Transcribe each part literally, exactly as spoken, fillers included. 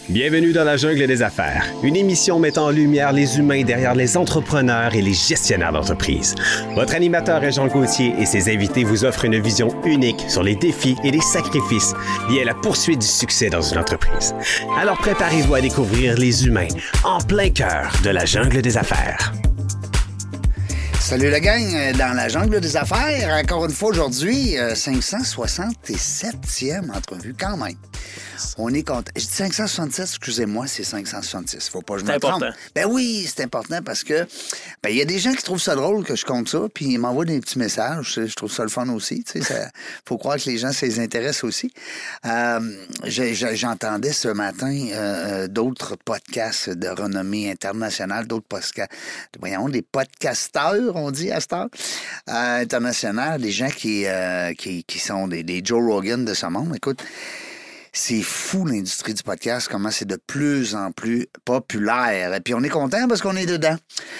Bienvenue dans la jungle des affaires, une émission mettant en lumière les humains derrière les entrepreneurs et les gestionnaires d'entreprise. Votre animateur est Jean Gauthier et ses invités vous offrent une vision unique sur les défis et les sacrifices liés à la poursuite du succès dans une entreprise. Alors préparez-vous à découvrir les humains en plein cœur de la jungle des affaires. Salut la gang, dans la jungle des affaires, encore une fois aujourd'hui, euh, cinq cent soixante-septième entrevue quand même. On est content. Je dis cinq cent soixante-sept, excusez-moi, c'est cinq cent soixante-six. Faut pas que je me trompe. Ben oui, c'est important parce que ben il y a des gens qui trouvent ça drôle que je compte ça, puis ils m'envoient des petits messages. Je trouve ça le fun aussi. Tu sais, ça, faut croire que les gens, ça les intéresse aussi. Euh, j'ai, j'entendais ce matin euh, d'autres podcasts de renommée internationale, d'autres podcasts, voyons, des podcasteurs, on dit à cette heure, euh, international, des gens qui, euh, qui, qui sont des, des Joe Rogan de ce monde. Écoute, c'est fou, l'industrie du podcast, comment c'est de plus en plus populaire. Et puis, on est content parce qu'on est dedans.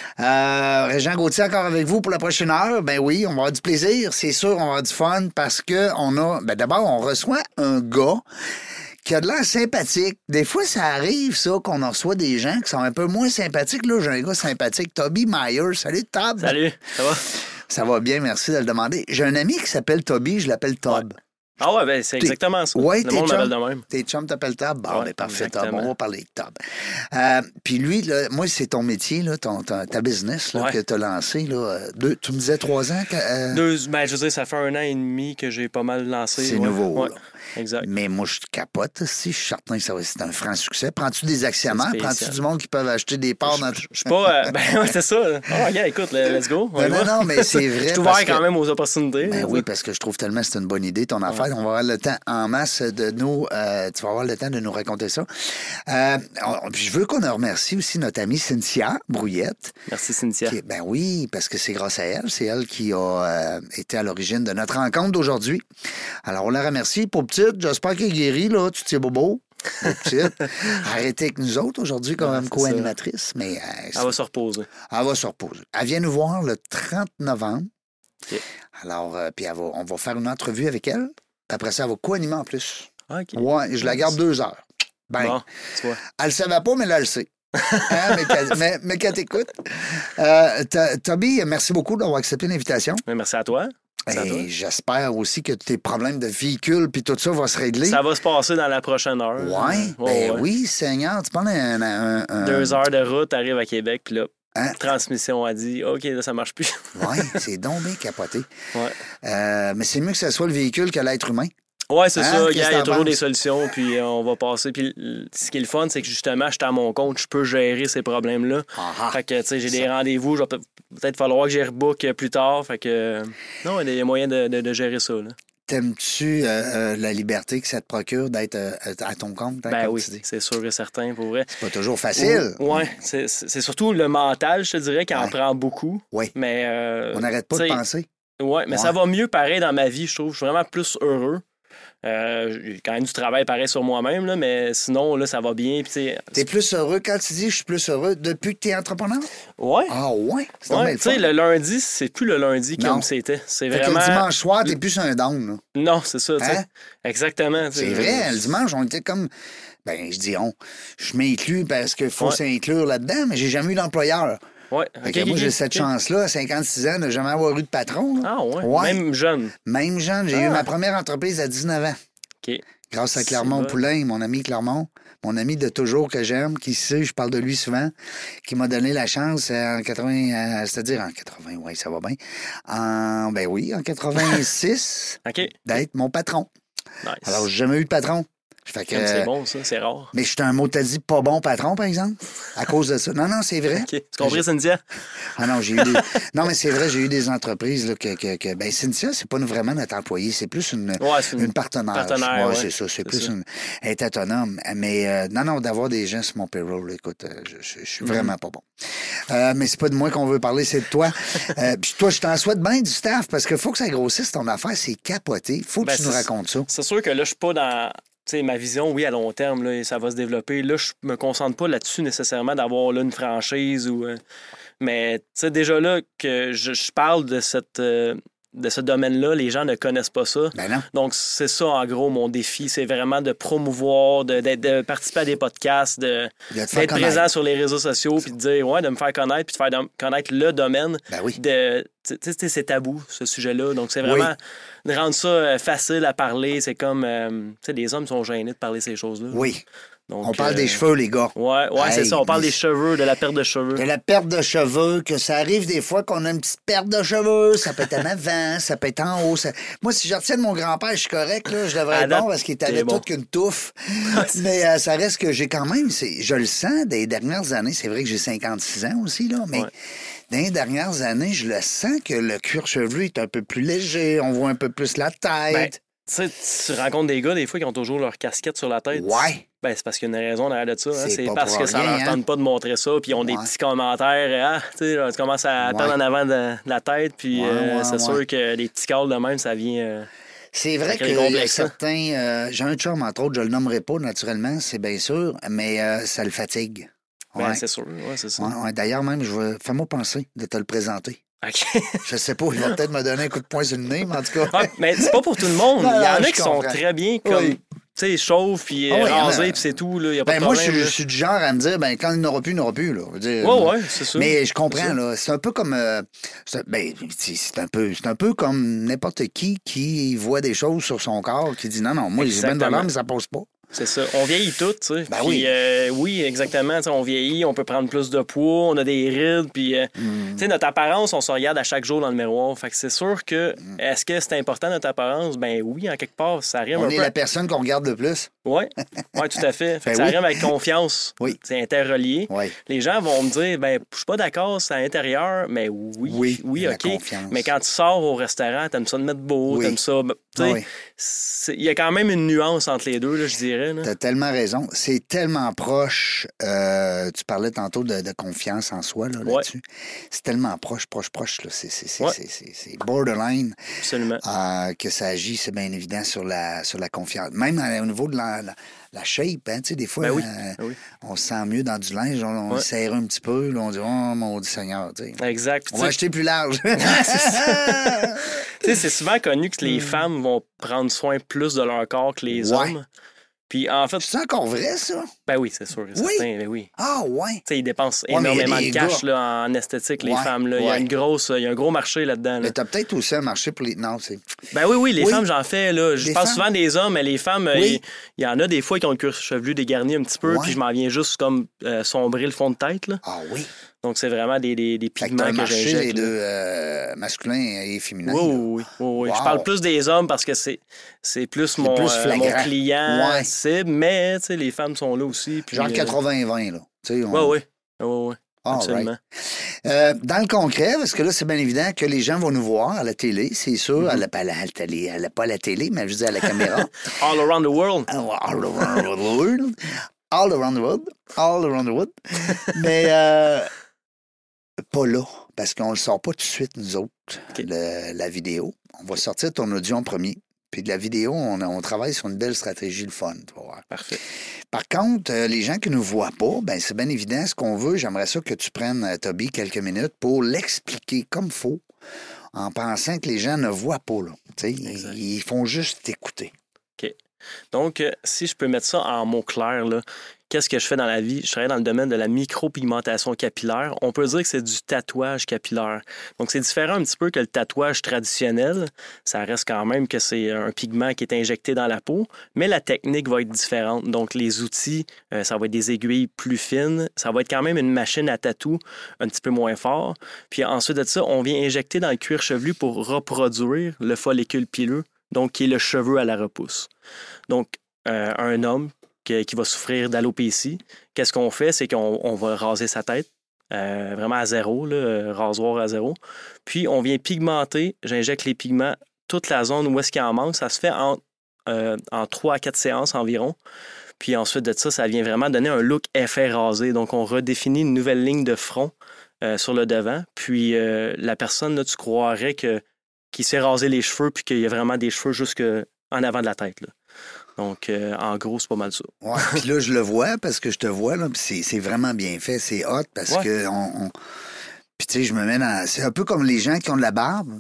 Euh, Jean Gauthier, encore avec vous pour la prochaine heure. Ben oui, on va avoir du plaisir. C'est sûr, on va avoir du fun parce que on a... Ben d'abord, on reçoit un gars qui a de l'air sympathique. Des fois, ça arrive, ça, qu'on en reçoit des gens qui sont un peu moins sympathiques. Là, j'ai un gars sympathique, Toby Myers. Salut, Tob. Salut, ça va? Ça va bien, merci de le demander. J'ai un ami qui s'appelle Toby, je l'appelle Tob. Ouais. Ah ouais, ben c'est exactement ça. Ouais, le monde chum, m'appelle de même. Tes chums t'appellent Tob? Bon, ouais, ben parfait, exactement. Tob. On va parler de Tob. Euh, Puis lui, là, moi, c'est ton métier, là, ton, ton, ta business là, ouais. que tu as lancé. Là, deux, tu me disais trois ans? Que, euh... Deux, ben je veux dire, ça fait un an et demi que j'ai pas mal lancé. C'est ouais. nouveau, ouais. là. Exact. Mais moi, je capote. Si je suis certain que ça va c'est un franc succès. Prends-tu des actionnaires? Prends-tu du monde qui peuvent acheter des parts dans... Je suis pas... Euh, ben ouais, c'est ça. Oh, regarde, écoute, let's go. Non, non, non, mais c'est vrai. Je suis ouvert quand même aux opportunités. Ben oui, parce que je trouve tellement que c'est une bonne idée, ton affaire. Ouais. On va avoir le temps en masse de nous... Euh, tu vas avoir le temps de nous raconter ça. Euh, on, je veux qu'on remercie aussi notre amie Cynthia Brouillette. Merci, Cynthia. Qui, ben oui, parce que c'est grâce à elle. C'est elle qui a euh, été à l'origine de notre rencontre d'aujourd'hui. Alors, on la remercie. Pour petite, j'espère qu'elle est guérie, là. Tu tiens bobo. Petite. Arrêtez avec nous autres aujourd'hui comme ouais, co-animatrice. Mais, euh, elle va se reposer. Elle va se reposer. Elle vient nous voir le trente novembre. Okay. Alors, euh, puis elle va, on va faire une entrevue avec elle. Après ça, elle va co-animer en plus. Okay. Ouais, je la garde deux heures. Ben, bon, tu vois. Elle le savait pas, mais là, elle le sait. Hein, mais, qu'elle, mais, mais qu'elle t'écoute. Euh, Toby, merci beaucoup d'avoir accepté l'invitation. Merci à toi. Et j'espère aussi que tes problèmes de véhicule puis tout ça va se régler. Ça va se passer dans la prochaine heure. Ouais, oh, ben ouais. Oui, Seigneur. Tu parles d'un... Un, un... Deux heures de route, t'arrives à Québec, puis là, hein? Transmission a dit, OK, là, ça marche plus. Oui, c'est donc bien capoté. Ouais. Euh, mais c'est mieux que ce soit le véhicule que l'être humain. Oui, c'est hein? ça. Il y a, y a toujours penses? des solutions, puis euh, on va passer. Puis ce qui est le fun, c'est que justement, je suis à mon compte, je peux gérer ces problèmes-là. Ah-ha. Fait que, tu sais, j'ai ça. Des rendez-vous, je vais peut-être falloir que j'y rebook plus tard. Fait que, non, il y a moyen de, de, de gérer ça, là. T'aimes-tu euh, euh, la liberté que ça te procure d'être euh, à ton compte? Hein, ben oui, c'est sûr et certain, pour vrai. C'est pas toujours facile. Oui, c'est, c'est surtout le mental, je te dirais, qui ouais. en prend beaucoup. Oui. Mais, euh, on n'arrête pas de penser. Oui, mais ouais. ça va mieux pareil dans ma vie, je trouve. Je suis vraiment plus heureux. Euh, j'ai quand même du travail pareil sur moi-même, là, mais sinon, là, ça va bien. T'es plus heureux quand tu dis « je suis plus heureux » depuis que tu es entrepreneur? Oui. Ah ouais? C'est ouais, tu sais, le lundi, c'est plus le lundi non. Comme c'était. C'est vraiment... Que le dimanche soir, t'es plus un down. Là. Non, c'est ça, tu sais. Hein? Exactement. C'est vrai, le dimanche, on était comme... Ben, je dis on. Je m'inclus parce qu'il faut ouais. s'inclure là-dedans, mais j'ai jamais eu d'employeur. Ouais. Okay, moi, okay, j'ai cette okay. chance-là, à cinquante-six ans, de ne jamais avoir eu de patron. Là. Ah ouais? ouais? Même jeune? Même jeune. J'ai ah. eu ma première entreprise à dix-neuf ans. OK. Grâce à Clermont Poulain, mon ami Clermont, mon ami de toujours que j'aime, qui sait, je parle de lui souvent, qui m'a donné la chance en quatre-vingts, c'est-à-dire en quatre-vingts, oui, ça va bien, en, ben oui, en quatre-vingt-six, okay. d'être mon patron. Nice. Alors, j'ai jamais eu de patron. Fait que, c'est bon, ça, c'est rare. Mais je suis un mot t'as dit pas bon patron, par exemple, à cause de ça. Non, non, c'est vrai. OK. Tu compris, Cynthia? Ah non, j'ai eu des... Non, mais c'est vrai, j'ai eu des entreprises là, que, que, que... Ben, Cynthia, c'est pas vraiment notre employé, c'est plus une, ouais, c'est une... une partenaire. partenaire ouais, ouais, c'est ça, c'est, c'est plus ça. Une... être autonome. Mais euh, non, non, d'avoir des gens sur mon payroll, écoute, euh, je, je, je suis mm-hmm. vraiment pas bon. Euh, mais c'est pas de moi qu'on veut parler, c'est de toi. euh, puis toi, je t'en souhaite bien du staff, parce qu'il faut que ça grossisse ton affaire, c'est capoté. Faut que ben, tu nous racontes ça. C'est sûr que là, je suis pas dans... T'sais, ma vision, oui, à long terme, là, ça va se développer. Là, je me concentre pas là-dessus nécessairement d'avoir là, une franchise. ou euh... Mais déjà là, que je, je parle de cette, euh, de ce domaine-là, les gens ne connaissent pas ça. Ben non. Donc, c'est ça, en gros, mon défi. C'est vraiment de promouvoir, de, de, de participer à des podcasts, de, De te d'être faire présent connaître. sur les réseaux sociaux, puis de dire, ouais, de me faire connaître, puis de faire de- connaître le domaine. Ben oui. De, tu sais, c'est tabou, ce sujet-là. Donc, c'est vraiment de rendre ça euh, facile à parler. C'est comme, euh, tu sais, les hommes sont gênés de parler ces choses-là. Oui. Donc, On parle euh, des cheveux, les gars. Ouais, ouais, Hey, c'est ça. On parle mais- des cheveux, de la perte de cheveux. De la perte de cheveux, que ça arrive des fois qu'on a une petite perte de cheveux, ça peut être en avant, ça peut être en haut. ça- Moi, si je retiens de mon grand-père, je suis correct, là, je devrais À être date, bon parce qu'il t'es avait bon. tout qu'une touffe. Mais euh, ça reste que j'ai quand même, c'est- je le sens des dernières années, c'est vrai que j'ai cinquante-six ans aussi, là, mais Ouais. dans les dernières années, je le sens que le cuir chevelu est un peu plus léger, on voit un peu plus la Ben, tête. tu sais, tu rencontres des gars, des fois, qui ont toujours leur casquette sur la tête. Ouais. Ben, c'est parce qu'il y a une raison derrière de ça. hein. C'est C'est pas parce pour que ça rien, leur hein. tente pas de montrer ça, puis ils ont des Ouais. petits commentaires. Ah, tu sais, là, tu commences à Ouais. perdre en avant de, de la tête, puis Ouais, euh, ouais, c'est ouais. sûr que les petits calls de même, ça vient. euh, C'est vrai Ça que crée des y a complexes, hein. certains... euh, j'ai un chum, entre autres, je le nommerai pas, naturellement, c'est bien sûr, mais euh, ça le fatigue. Ben, Ouais. c'est sûr. Ouais, c'est ça. Ouais, ouais. D'ailleurs, même, je vais... fais-moi penser de te le présenter. OK. Je sais pas, il va peut-être me donner un coup de poing sur le nez, mais en tout cas... Ouais, mais c'est pas pour tout le monde. Non, Il y en non, a je qui sont comprends. très bien comme. Oui. Tu sais, chauve, puis Ah euh, oui, il y en a. rasé, puis c'est tout. Là. Y a pas Ben de moi, je, problème, suis- là. je suis du genre à me dire, ben quand il n'aura plus, il n'aura plus. Là. Je veux dire, Ouais, ouais, c'est ça. Mais je C'est comprends, ça. là. C'est un peu comme. euh, c'est, ben, c'est c'est un peu, c'est un peu comme n'importe qui qui voit des choses sur son corps, qui dit non, non, moi, j'ai bien de Exactement. valeur, mais ça pose pas. C'est ça. On vieillit tout, tu sais. Ben Puis, oui. euh, oui, exactement. Tu sais, on vieillit, on peut prendre plus de poids, on a des rides, puis, euh, Mm. tu sais, notre apparence, on se regarde à chaque jour dans le miroir. Fait que c'est sûr que, est-ce que c'est important, notre apparence? Ben oui, en quelque part, ça rime On un est peu. la personne qu'on regarde le plus. Oui, ouais, tout à fait. Fait Ben que ça oui. rime avec confiance. Oui. C'est interrelié. Oui. Les gens vont me dire, ben, je suis pas d'accord, c'est à l'intérieur, mais oui, Oui, oui, la OK. confiance. Mais quand tu sors au restaurant, t'aimes ça de mettre beau, Oui. t'aimes ça. ben, tu sais, Ah oui. c'est- il y a quand même une nuance entre les deux, là, je dirais. Là. T'as tellement raison. C'est tellement proche. euh, tu parlais tantôt de, de confiance en soi, là, Ouais. là-dessus. C'est tellement proche, proche, proche. Là. C'est, c'est, c'est, Ouais. c'est, c'est- c'est borderline. Absolument. Euh, que ça agit, c'est bien évident, sur la, sur la confiance. Même euh, au niveau de la, la, la shape, hein, tu sais, des fois, Ben oui, euh, ben oui. on se sent mieux dans du linge, on, on Ouais. le serre un petit peu, là, on dit « Oh, mon Dieu Seigneur! » tu sais. Exact. Puis, On tu va sais, acheter plus large. tu sais, c'est souvent connu que les femmes vont prendre soin plus de leur corps que les Ouais. hommes. Puis en fait, C'est encore vrai, ça? ben oui, c'est sûr, c'est Oui. certain, ben oui. Ah, ouais. Tu sais, ils dépensent Ouais, mais il y a énormément des de cash gars. là, en esthétique, les Ouais, femmes. Là. Il, y a ouais. une grosse, il y a un gros marché là-dedans. là. Mais t'as peut-être aussi un marché pour les... Non, c'est... Ben oui, oui, les Oui. femmes, j'en fais. Là. Je Des parle femmes? souvent des hommes, mais les femmes, euh, Oui. il il y en a des fois qui ont le cuir chevelu dégarni un petit peu, Ouais. puis je m'en viens juste comme euh, sombrer le fond de tête. Là. Ah oui. Donc, c'est vraiment des, des, des Fait que pigments t'as un que, marché, j'injecte. les là. deux, euh, masculins et féminins. Oui, là. oui, oui, oui. Je Wow. parle plus des hommes parce que c'est, c'est plus mon, plus euh, flagrant. mon client Ouais. cible, mais tu sais, les femmes sont là aussi. Puis, Genre euh, quatre-vingts vingt, là. Tu sais, on- Oui, oui. Oui, oui. All Absolument. right. Euh, dans le concret, parce que là, c'est bien évident que les gens vont nous voir à la télé, c'est sûr, Mm-hmm. à la, pas à la télé, à la- pas à la télé, mais je veux dire à la caméra. All around the world. All around the world. All around the world. All around the world. Mais euh, pas là, parce qu'on le sort pas tout de suite, nous autres, OK. le- la vidéo. On va sortir ton audio en premier. Puis de la vidéo, on, on travaille sur une belle stratégie, le fun, tu vas voir. Parfait. Par contre, euh, les gens qui ne nous voient pas, ben c'est bien évident, ce qu'on veut, j'aimerais ça que tu prennes, euh, Toby, quelques minutes pour l'expliquer comme faut, en pensant que les gens ne voient pas, là. Tu sais, Exact. ils, ils font juste t'écouter. OK. Donc, euh, si je peux mettre ça en mots clairs, là, qu'est-ce que je fais dans la vie? Je travaille dans le domaine de la micropigmentation capillaire. On peut dire que c'est du tatouage capillaire. Donc, c'est différent un petit peu que le tatouage traditionnel. Ça reste quand même que c'est un pigment qui est injecté dans la peau, mais la technique va être différente. Donc, les outils, euh, ça va être des aiguilles plus fines. Ça va être quand même une machine à tatou un petit peu moins fort. Puis ensuite de ça, on vient injecter dans le cuir chevelu pour reproduire le follicule pileux, donc qui est le cheveu à la repousse. Donc, euh, un homme qui, qui va souffrir d'alopécie, qu'est-ce qu'on fait? C'est qu'on on va raser sa tête, euh, vraiment à zéro, là, euh, rasoir à zéro. Puis, on vient pigmenter, j'injecte les pigments, toute la zone où est-ce qu'il en manque. Ça se fait en, euh, en trois à quatre séances environ. Puis ensuite de ça, ça vient vraiment donner un look effet rasé. Donc, on redéfinit une nouvelle ligne de front euh, sur le devant. Puis, euh, la personne, là, tu croirais que qu'il s'est rasé les cheveux puis qu'il y a vraiment des cheveux jusque en avant de la tête. Là. Donc, euh, en gros, c'est pas mal ça. Ouais, puis là, je le vois parce que je te vois, là, puis c'est, c'est vraiment bien fait, c'est hot parce Ouais. que on, on- Puis tu sais, je me mets dans... C'est un peu comme les gens qui ont de la barbe.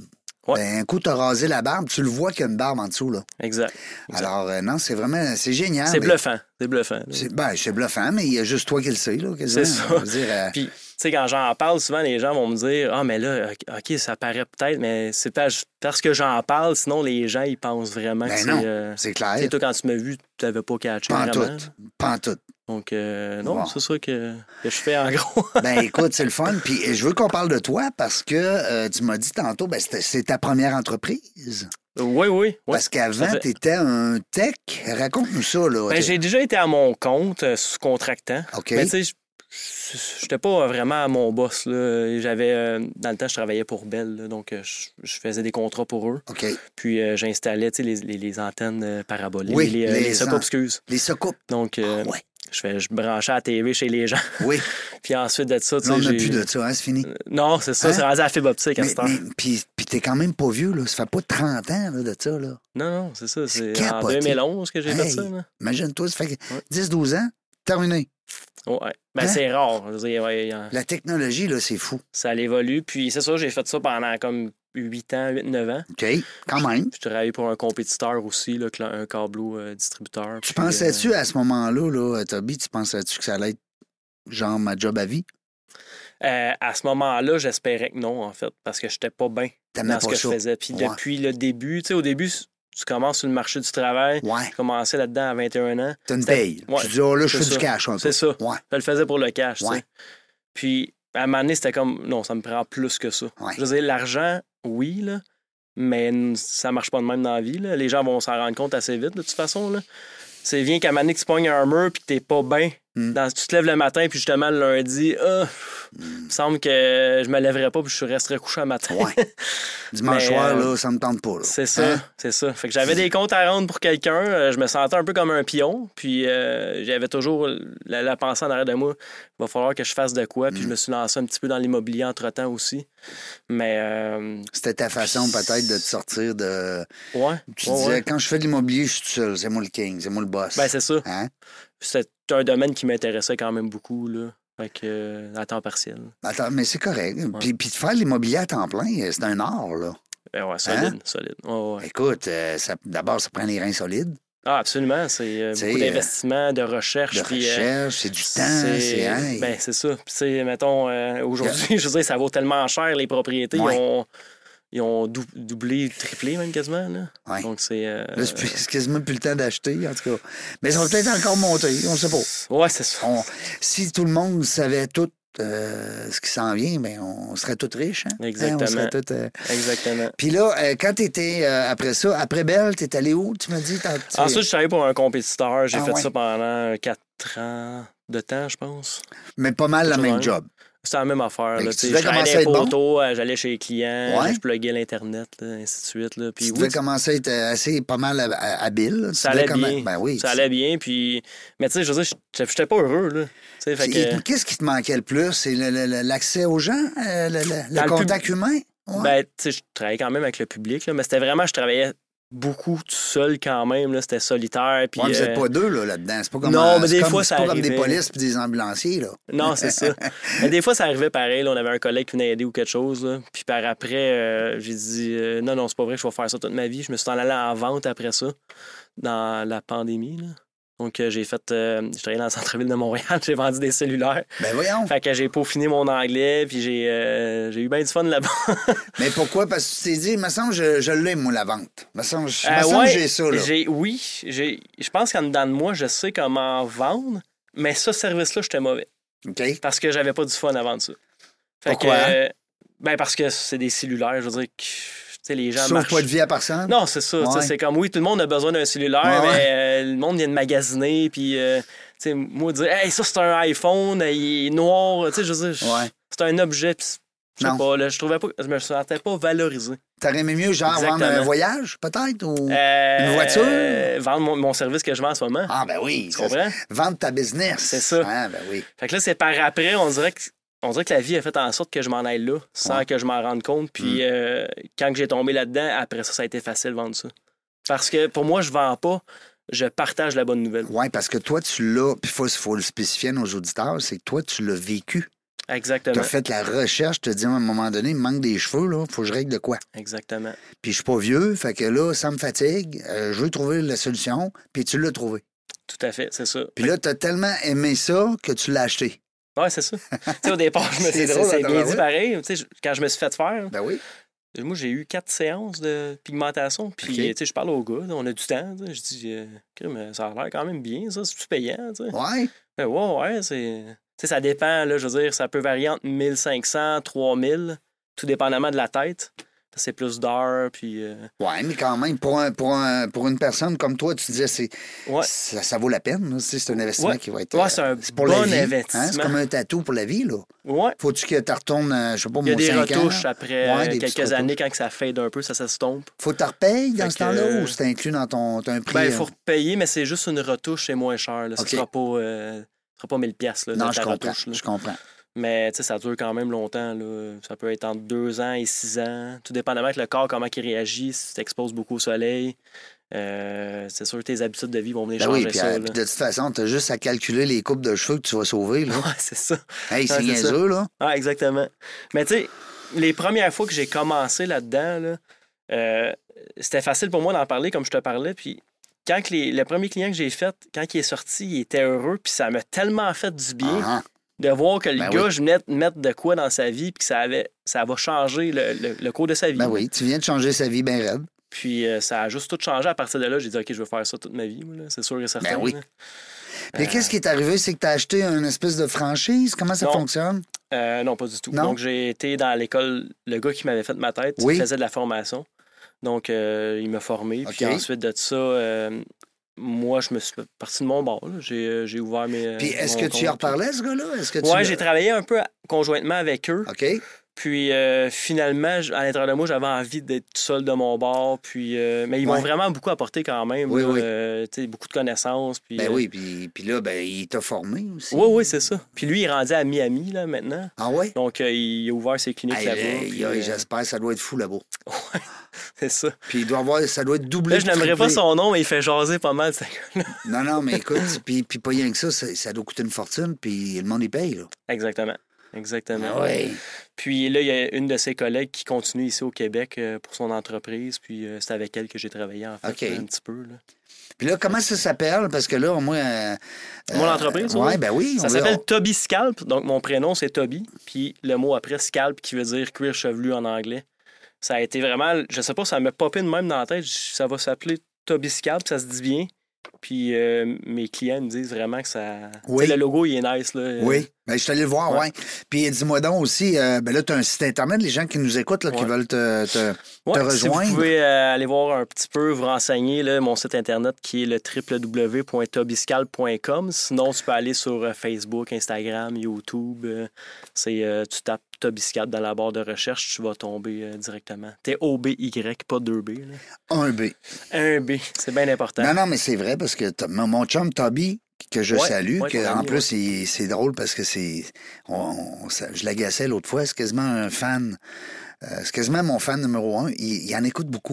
Ouais. Ben, un coup, tu as rasé la barbe, tu le vois qu'il y a une barbe en dessous, là. Exact. exact. Alors, euh, non, c'est vraiment, c'est génial. C'est mais... bluffant. C'est bluffant. C'est, ben, c'est bluffant, mais il y a juste toi qui le sais, là. C'est ça. Je veux dire, euh... Puis, tu sais, quand j'en parle, souvent, les gens vont me dire « Ah, mais là, OK, ça paraît peut-être, mais c'est pas parce que j'en parle, sinon les gens, ils pensent vraiment ben que non, c'est... Euh... c'est clair. Tu sais, toi, quand tu m'as vu, tu n'avais pas catché Pas en vraiment. tout. Pas en tout. Donc, euh, non, Bon. c'est ça que, que je fais en gros. Ben écoute, c'est le fun. Puis je veux qu'on parle de toi parce que euh, tu m'as dit tantôt, ben, c'était, c'est ta première entreprise. Oui, oui. oui. Parce qu'avant, fait... tu étais un tech. Raconte-nous ça, là. Ben, j'ai déjà été à mon compte, euh, sous-contractant. OK. Mais tu sais, j'étais pas vraiment à mon boss. Là. J'avais, euh, dans le temps, je travaillais pour Bell, là, donc euh, je, je faisais des contrats pour eux. OK. Puis euh, j'installais les, les, les antennes euh, paraboliques, Oui, les, les, les socoupes, en... excuse. Les socoupes. Donc, euh, ah, ouais. je, fais, je branchais à la T V chez les gens. Oui. Puis ensuite de ça, tu sais. On n'a j'ai... plus de ça, hein, c'est fini. Euh, non, c'est ça, hein? C'est rendu à la fibre optique à cette heure. Puis, puis t'es quand même pas vieux, là. Ça fait pas trente ans là, de ça, là. Non, non, c'est ça. C'est, c'est en capoté. deux mille onze que j'ai hey, fait ça. Là. Imagine-toi, ça fait ouais. dix douze ans, terminé. Ouais. Ben, hein? C'est rare. Je veux dire, ouais, hein. La technologie, là, c'est fou. Ça évolue. Puis c'est ça, j'ai fait ça pendant comme huit ans, huit neuf ans. OK, quand même. Puis je travaillais pour un compétiteur aussi, là, un câbleau euh, distributeur. Tu puis, pensais-tu euh... à ce moment-là, là, Toby, tu pensais-tu que ça allait être genre ma job à vie? Euh, à ce moment-là, j'espérais que non, en fait, parce que je n'étais pas bien dans ce que ça. je faisais. Puis ouais. depuis le début, tu sais, au début, tu commences sur le marché du travail. Ouais. Je commençais là-dedans à vingt et un ans. Tu une paye. Ouais. Tu dis, oh là, je c'est fais ça. du cash un peu. C'est ça. Ouais. Je le faisais pour le cash, ouais. tu sais. Puis, à un moment donné, c'était comme, non, ça me prend plus que ça. Ouais. Je veux dire, l'argent, oui, là, mais ça marche pas de même dans la vie. Là. Les gens vont s'en rendre compte assez vite, de toute façon. Là. C'est bien qu'à un moment donné, que tu pognes un mur puis que t'es pas bien. Mm. Dans, tu te lèves le matin puis justement le lundi, ah, mm. il me semble que je me lèverais pas puis je resterais couché le matin. Ouais. Dimanche soir, euh, là, ça me tente pas. Là. C'est ça, hein? c'est ça. Fait que j'avais des comptes à rendre pour quelqu'un. Euh, je me sentais un peu comme un pion. Puis euh, j'avais toujours la, la pensée en arrière de moi, il va falloir que je fasse de quoi. Puis mm. je me suis lancé un petit peu dans l'immobilier entre-temps aussi. Mais... Euh, C'était ta façon puis... peut-être de te sortir de... Ouais. Tu ouais, disais, ouais. quand je fais de l'immobilier, je suis tout seul. C'est moi le king, c'est moi le boss. Ben c'est ça. Hein? C'était un domaine qui m'intéressait quand même beaucoup, là. Fait que, euh, à temps partiel. Attends, mais c'est correct. Ouais. Puis, puis de faire l'immobilier à temps plein, c'est un art, là. Ben ouais, solide, hein? solide. Ouais, ouais. Écoute, euh, ça, d'abord, ça prend les reins solides. Ah, absolument. C'est euh, beaucoup d'investissement, de recherche. De puis, recherche, euh, c'est du temps. C'est, c'est, hein, ben, c'est ça. Puis, c'est, mettons, euh, aujourd'hui, yeah. je veux dire, ça vaut tellement cher, les propriétés. Ouais. Ils ont... Ils ont dou- doublé, triplé même quasiment. Là. Ouais. Donc, c'est... Euh... Là, c'est, plus, c'est quasiment plus le temps d'acheter, en tout cas. Mais ça va peut-être encore monter, on ne sait pas. Ouais, c'est ça. On, si tout le monde savait tout euh, ce qui s'en vient, bien, on serait tous riches. Hein? Exactement. Hein, on tout, euh... Exactement. Puis là, euh, quand tu étais, euh, après ça, après Bell, tu es allé où, tu m'as dit? T'as... Ensuite, je travaillais pour un compétiteur. J'ai ah, fait ouais. ça pendant quatre ans de temps, je pense. Mais pas mal la même même. job. C'était la même affaire. Là, tu je travaillais des poteaux, bon? J'allais chez les clients, ouais. je pluguais l'Internet, là, ainsi de suite. Là. Puis, tu oui, devais commencer à être assez pas mal habile. Ça allait comment... bien. Ben oui, ça allait bien. Puis... Mais tu sais, je veux dire, j'étais pas heureux. Là. Fait que... Qu'est-ce qui te manquait le plus? C'est le, le, l'accès aux gens? Euh, le, le, le contact le pub... humain? Ouais. Ben, tu sais, je travaillais quand même avec le public, là, mais c'était vraiment, je travaillais beaucoup tout seul quand même. Là, c'était solitaire. Puis, ouais, vous n'êtes euh... pas deux là, là-dedans. C'est pas comme, non, mais c'est des comme, fois, c'est ça pas comme arrivait. des polices et des ambulanciers. Là. Non, c'est ça. Mais des fois, ça arrivait pareil. Là, on avait un collègue qui venait aider ou quelque chose. Là. Puis par après, euh, j'ai dit euh, non, non, c'est pas vrai, je vais faire ça toute ma vie. Je me suis en allé en vente après ça, dans la pandémie. Là. Donc, euh, j'ai fait. Euh, j'ai travaillé dans le centre-ville de Montréal, j'ai vendu des cellulaires. Ben voyons. Fait que j'ai peaufiné mon anglais, puis j'ai, euh, j'ai eu bien du fun là-bas. Mais pourquoi? Parce que tu t'es dit, il me semble, je, je l'ai, moi, la vente. Il me semble, euh, me semble ouais, que j'ai ça, là. J'ai, oui, j'ai, je pense qu'en dedans de moi, je sais comment vendre, mais ce service-là, j'étais mauvais. OK. Parce que j'avais pas du fun à vendre ça. Fait pourquoi? Que, euh, ben parce que c'est des cellulaires, je veux dire que. T'sais, les gens Sauve marchent... pas de vie à personne? Non, c'est ça. Ouais. C'est comme, oui, tout le monde a besoin d'un cellulaire, ouais, mais euh, le monde vient de magasiner, puis, euh, moi, dire, hey, ça, c'est un iPhone, il est noir, tu sais, je veux dire, ouais. c'est un objet, puis, je sais pas, là, je trouvais pas, je me sentais pas valorisé. T'aurais aimé mieux, genre, exactement. vendre un voyage, peut-être, ou euh, une voiture? Euh, vendre mon, mon service que je vends en ce moment. Ah, ben oui. Tu comprends? Vendre ta business. C'est ça. Ah, ben oui. Fait que là, c'est par après, on dirait que. On dirait que la vie a fait en sorte que je m'en aille là, sans ouais. que je m'en rende compte. Puis mm. euh, quand j'ai tombé là-dedans, après ça, ça a été facile de vendre ça. Parce que pour moi, je vends pas, je partage la bonne nouvelle. Oui, parce que toi, tu l'as, puis il faut, faut le spécifier à nos auditeurs, c'est que toi, tu l'as vécu. Exactement. Tu as fait la recherche, tu te dis à un moment donné, il me manque des cheveux, là, faut que je règle de quoi. Exactement. Puis je suis pas vieux, fait que là, ça me fatigue, euh, je veux trouver la solution, puis tu l'as trouvé. Tout à fait, c'est ça. Puis là, tu as tellement aimé ça que tu l'as acheté. Oui, c'est ça. tu sais, au départ, je me C'est c'est, drôle, c'est attends, bien ouais. dit pareil. Tu sais, quand je me suis fait faire, Ben oui. moi, j'ai eu quatre séances de pigmentation. Puis, OK. tu sais, je parle au gars, on a du temps. tu sais, Je dis, euh, Crime, ça a l'air quand même bien, ça. C'est-tu payant, tu sais? Ouais. Ben, ouais, ouais, c'est. Tu sais, ça dépend, là, je veux dire, ça peut varier entre mille cinq cents, trois mille, tout dépendamment de la tête. C'est plus d'heures, puis... Euh... Ouais, mais quand même, pour, un, pour, un, pour une personne comme toi, tu disais, c'est, ouais. ça, ça vaut la peine. Là. C'est un investissement ouais. qui va être... Ouais, c'est un c'est pour bon la vie, investissement. Hein? C'est comme un tatou pour la vie, là. Ouais. Faut-tu que tu retournes, euh, je sais pas, Il y a mon des cinq retouches ans? après Ouais, euh, des quelques petites années, retouches. quand ça fade un peu, ça s'estompe. Faut que tu repayes dans Fait ce temps-là que, ou c'est inclus dans ton t'as un prix? Ben, il euh? faut repayer, mais c'est juste une retouche, c'est moins cher. Là. Ça OK. sera pas, euh, ça sera pas mille piastres, là, Non, de je ta comprends. retouche. Là. Je comprends. Mais ça dure quand même longtemps. Là. Ça peut être entre deux ans et six ans. Tout dépendamment avec le corps, comment il réagit, si tu t'exposes beaucoup au soleil. Euh, c'est sûr que tes habitudes de vie vont venir Ben changer oui, puis, ça. euh, là. puis de toute façon, tu as juste à calculer les coupes de cheveux que tu vas sauver. Là. Ouais, c'est ça. Hey, c'est Ouais, c'est niaiseux, là. Ah, exactement. Mais tu sais, les premières fois que j'ai commencé là-dedans, là, euh, c'était facile pour moi d'en parler comme je te parlais. Puis quand que les, le premier client que j'ai fait, quand il est sorti, il était heureux. Puis ça m'a tellement fait du bien Ah, de voir que le Ben gars, oui. je venais de mettre de quoi dans sa vie, puis que ça, avait, ça va changer le, le, le cours de sa vie. ben oui, tu viens de changer sa vie bien raide. Puis euh, ça a juste tout changé. À partir de là, j'ai dit, OK, je veux faire ça toute ma vie. moi, là. C'est sûr et certain. Ben oui. là. Puis qu'est-ce qui est arrivé? C'est que tu as acheté une espèce de franchise? Comment ça Non. fonctionne? Euh, non, pas du tout. Non? Donc, j'ai été dans l'école, le gars qui m'avait fait ma tête, Oui. il faisait de la formation. Donc, euh, il m'a formé. Puis OK. ensuite de ça, euh, moi, je me suis parti de mon bord. là. J'ai, euh, j'ai ouvert mes. Puis est-ce mon que tu y en compte. reparlais, ce gars-là? Est-ce que tu Ouais, l'as- j'ai travaillé un peu à- conjointement avec eux. OK. Puis euh, finalement, j- à l'intérieur de moi, j'avais envie d'être tout seul de mon bord. Puis, euh, mais ils Ouais. m'ont vraiment beaucoup apporté quand même. Oui, là, oui. euh, tu sais, beaucoup de connaissances. Puis, Ben euh, oui, puis, puis là, ben, il t'a formé aussi. Oui, oui, c'est ça. Puis lui, il est rendu à Miami là, maintenant. Ah ouais? Donc, euh, il a ouvert ses cliniques Hey, là-bas. hey, puis, hey, euh, J'espère que ça doit être fou là-bas. Ouais, c'est ça. Puis il doit avoir, ça doit être doublé. Là, je n'aimerais pas triplé. son nom, mais il fait jaser pas mal, ce gars-là. Non, non, mais écoute, puis, puis pas rien que ça, ça, ça doit coûter une fortune, puis le monde y paye, là. Exactement. Exactement. Ah ouais. Puis là, il y a une de ses collègues qui continue ici au Québec euh, pour son entreprise. Puis euh, c'est avec elle que j'ai travaillé, en fait, OK. un petit peu. Là. Puis là, comment ça s'appelle? Parce que là, moi... euh, Mon euh, entreprise, Ouais, oui. ben oui. Ça on s'appelle veut- Toby Scalp. Donc, mon prénom, c'est Toby. Puis le mot après, scalp, qui veut dire cuir chevelu en anglais. Ça a été vraiment... Je sais pas, ça m'a popé de même dans la tête. Ça va s'appeler Toby Scalp, ça se dit bien. Puis euh, mes clients me disent vraiment que ça... Oui. Tu sais, le logo, il est nice. Là. Oui, ben, je suis allé le voir, Ouais. ouais. Puis dis-moi donc aussi, euh, ben là, tu as un site Internet, les gens qui nous écoutent, là, qui Ouais. veulent te, te, Ouais, te si vous rejoindre. pouvez euh, aller voir un petit peu, vous renseigner, là, mon site internet qui est le w w w point tobyscalp point com. Sinon, tu peux aller sur euh, Facebook, Instagram, YouTube. euh, c'est, euh, tu tapes Tobyscalp dans la barre de recherche, tu vas tomber euh, directement. T O B Y, pas deux B. Là. Un B. Un B, c'est bien important. Non, non, mais c'est vrai, parce que t'as- mon mon chum Toby, que je Ouais, salue, ouais, que, ton en ami, plus, il- c'est drôle parce que c'est... on- on- ça- je l'agaçais l'autre fois, c'est quasiment un fan. euh, c'est quasiment mon fan numéro un. Il, il en écoute beaucoup.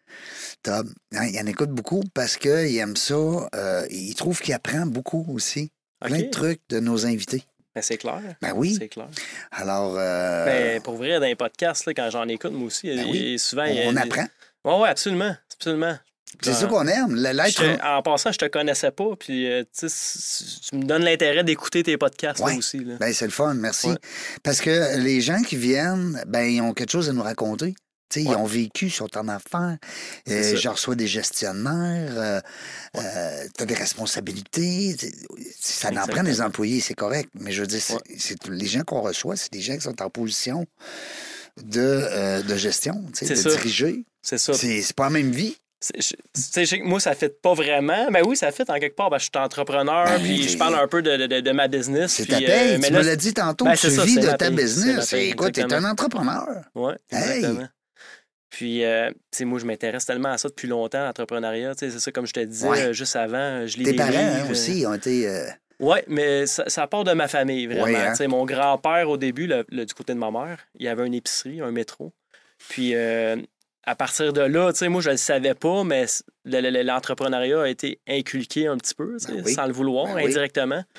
Tob, hein, il en écoute beaucoup parce qu'il aime ça. euh, il trouve qu'il apprend beaucoup aussi. Plein OK. de trucs de nos invités. Ben, c'est clair. Ben oui. C'est clair. Alors, euh, Ben, pour vrai, dans les podcasts, là, quand j'en écoute, moi aussi, ben il- oui, souvent... il y a on des- apprend. Oui, ouais, absolument. Absolument. C'est Ben, ça qu'on aime, le- Je l'être te- humain. en passant, je te connaissais pas, puis euh, tu sais, c- tu me donnes l'intérêt d'écouter tes podcasts là, Ouais. aussi. Là. Ben, c'est le fun, merci. Ouais. Parce que les gens qui viennent, ben, ils ont quelque chose à nous raconter. Tu sais, Ouais. Ils ont vécu, ils sont en affaires. C'est Euh, ça. je reçois des gestionnaires, euh, euh, tu as des responsabilités. Tu sais, Ça en prend Exactement. des employés, c'est correct. Mais je veux dire, c'est- Ouais. c'est- les gens qu'on reçoit, c'est des gens qui sont en position de, euh, de gestion, tu sais, C'est de ça. diriger. C'est ça. C'est c'est pas la même vie. C'est- je- Tu sais, je sais que moi, ça fait pas vraiment. Ben oui, ça fait en quelque part. Ben, je suis entrepreneur, Ben, puis t'es- je parle un peu de, de, de ma business. C'est puis, ta paye. euh, mais tu là, me l'as dit tantôt, ben, tu c'est ça, vis c'est de ma ta paye, c'est ma business. paye, Écoute, tu es un exactement. entrepreneur. Oui, Hey! exactement. Puis, euh, tu sais, moi, je m'intéresse tellement à ça depuis longtemps, l'entrepreneuriat. Tu sais, c'est ça, comme je te disais, Ouais. euh, juste avant, euh, je lis Tes des parents livres. hein, euh, aussi ont été... euh, Oui, mais ça, ça part de ma famille, vraiment. Ouais, hein? Tu sais, mon grand-père, au début, le, le- du côté de ma mère, il avait une épicerie, un métro. Puis, euh, à partir de là, tu sais, moi, je ne le savais pas, mais le- le- l'entrepreneuriat a été inculqué un petit peu, tu sais, Ben oui. sans le vouloir, Ben oui. indirectement.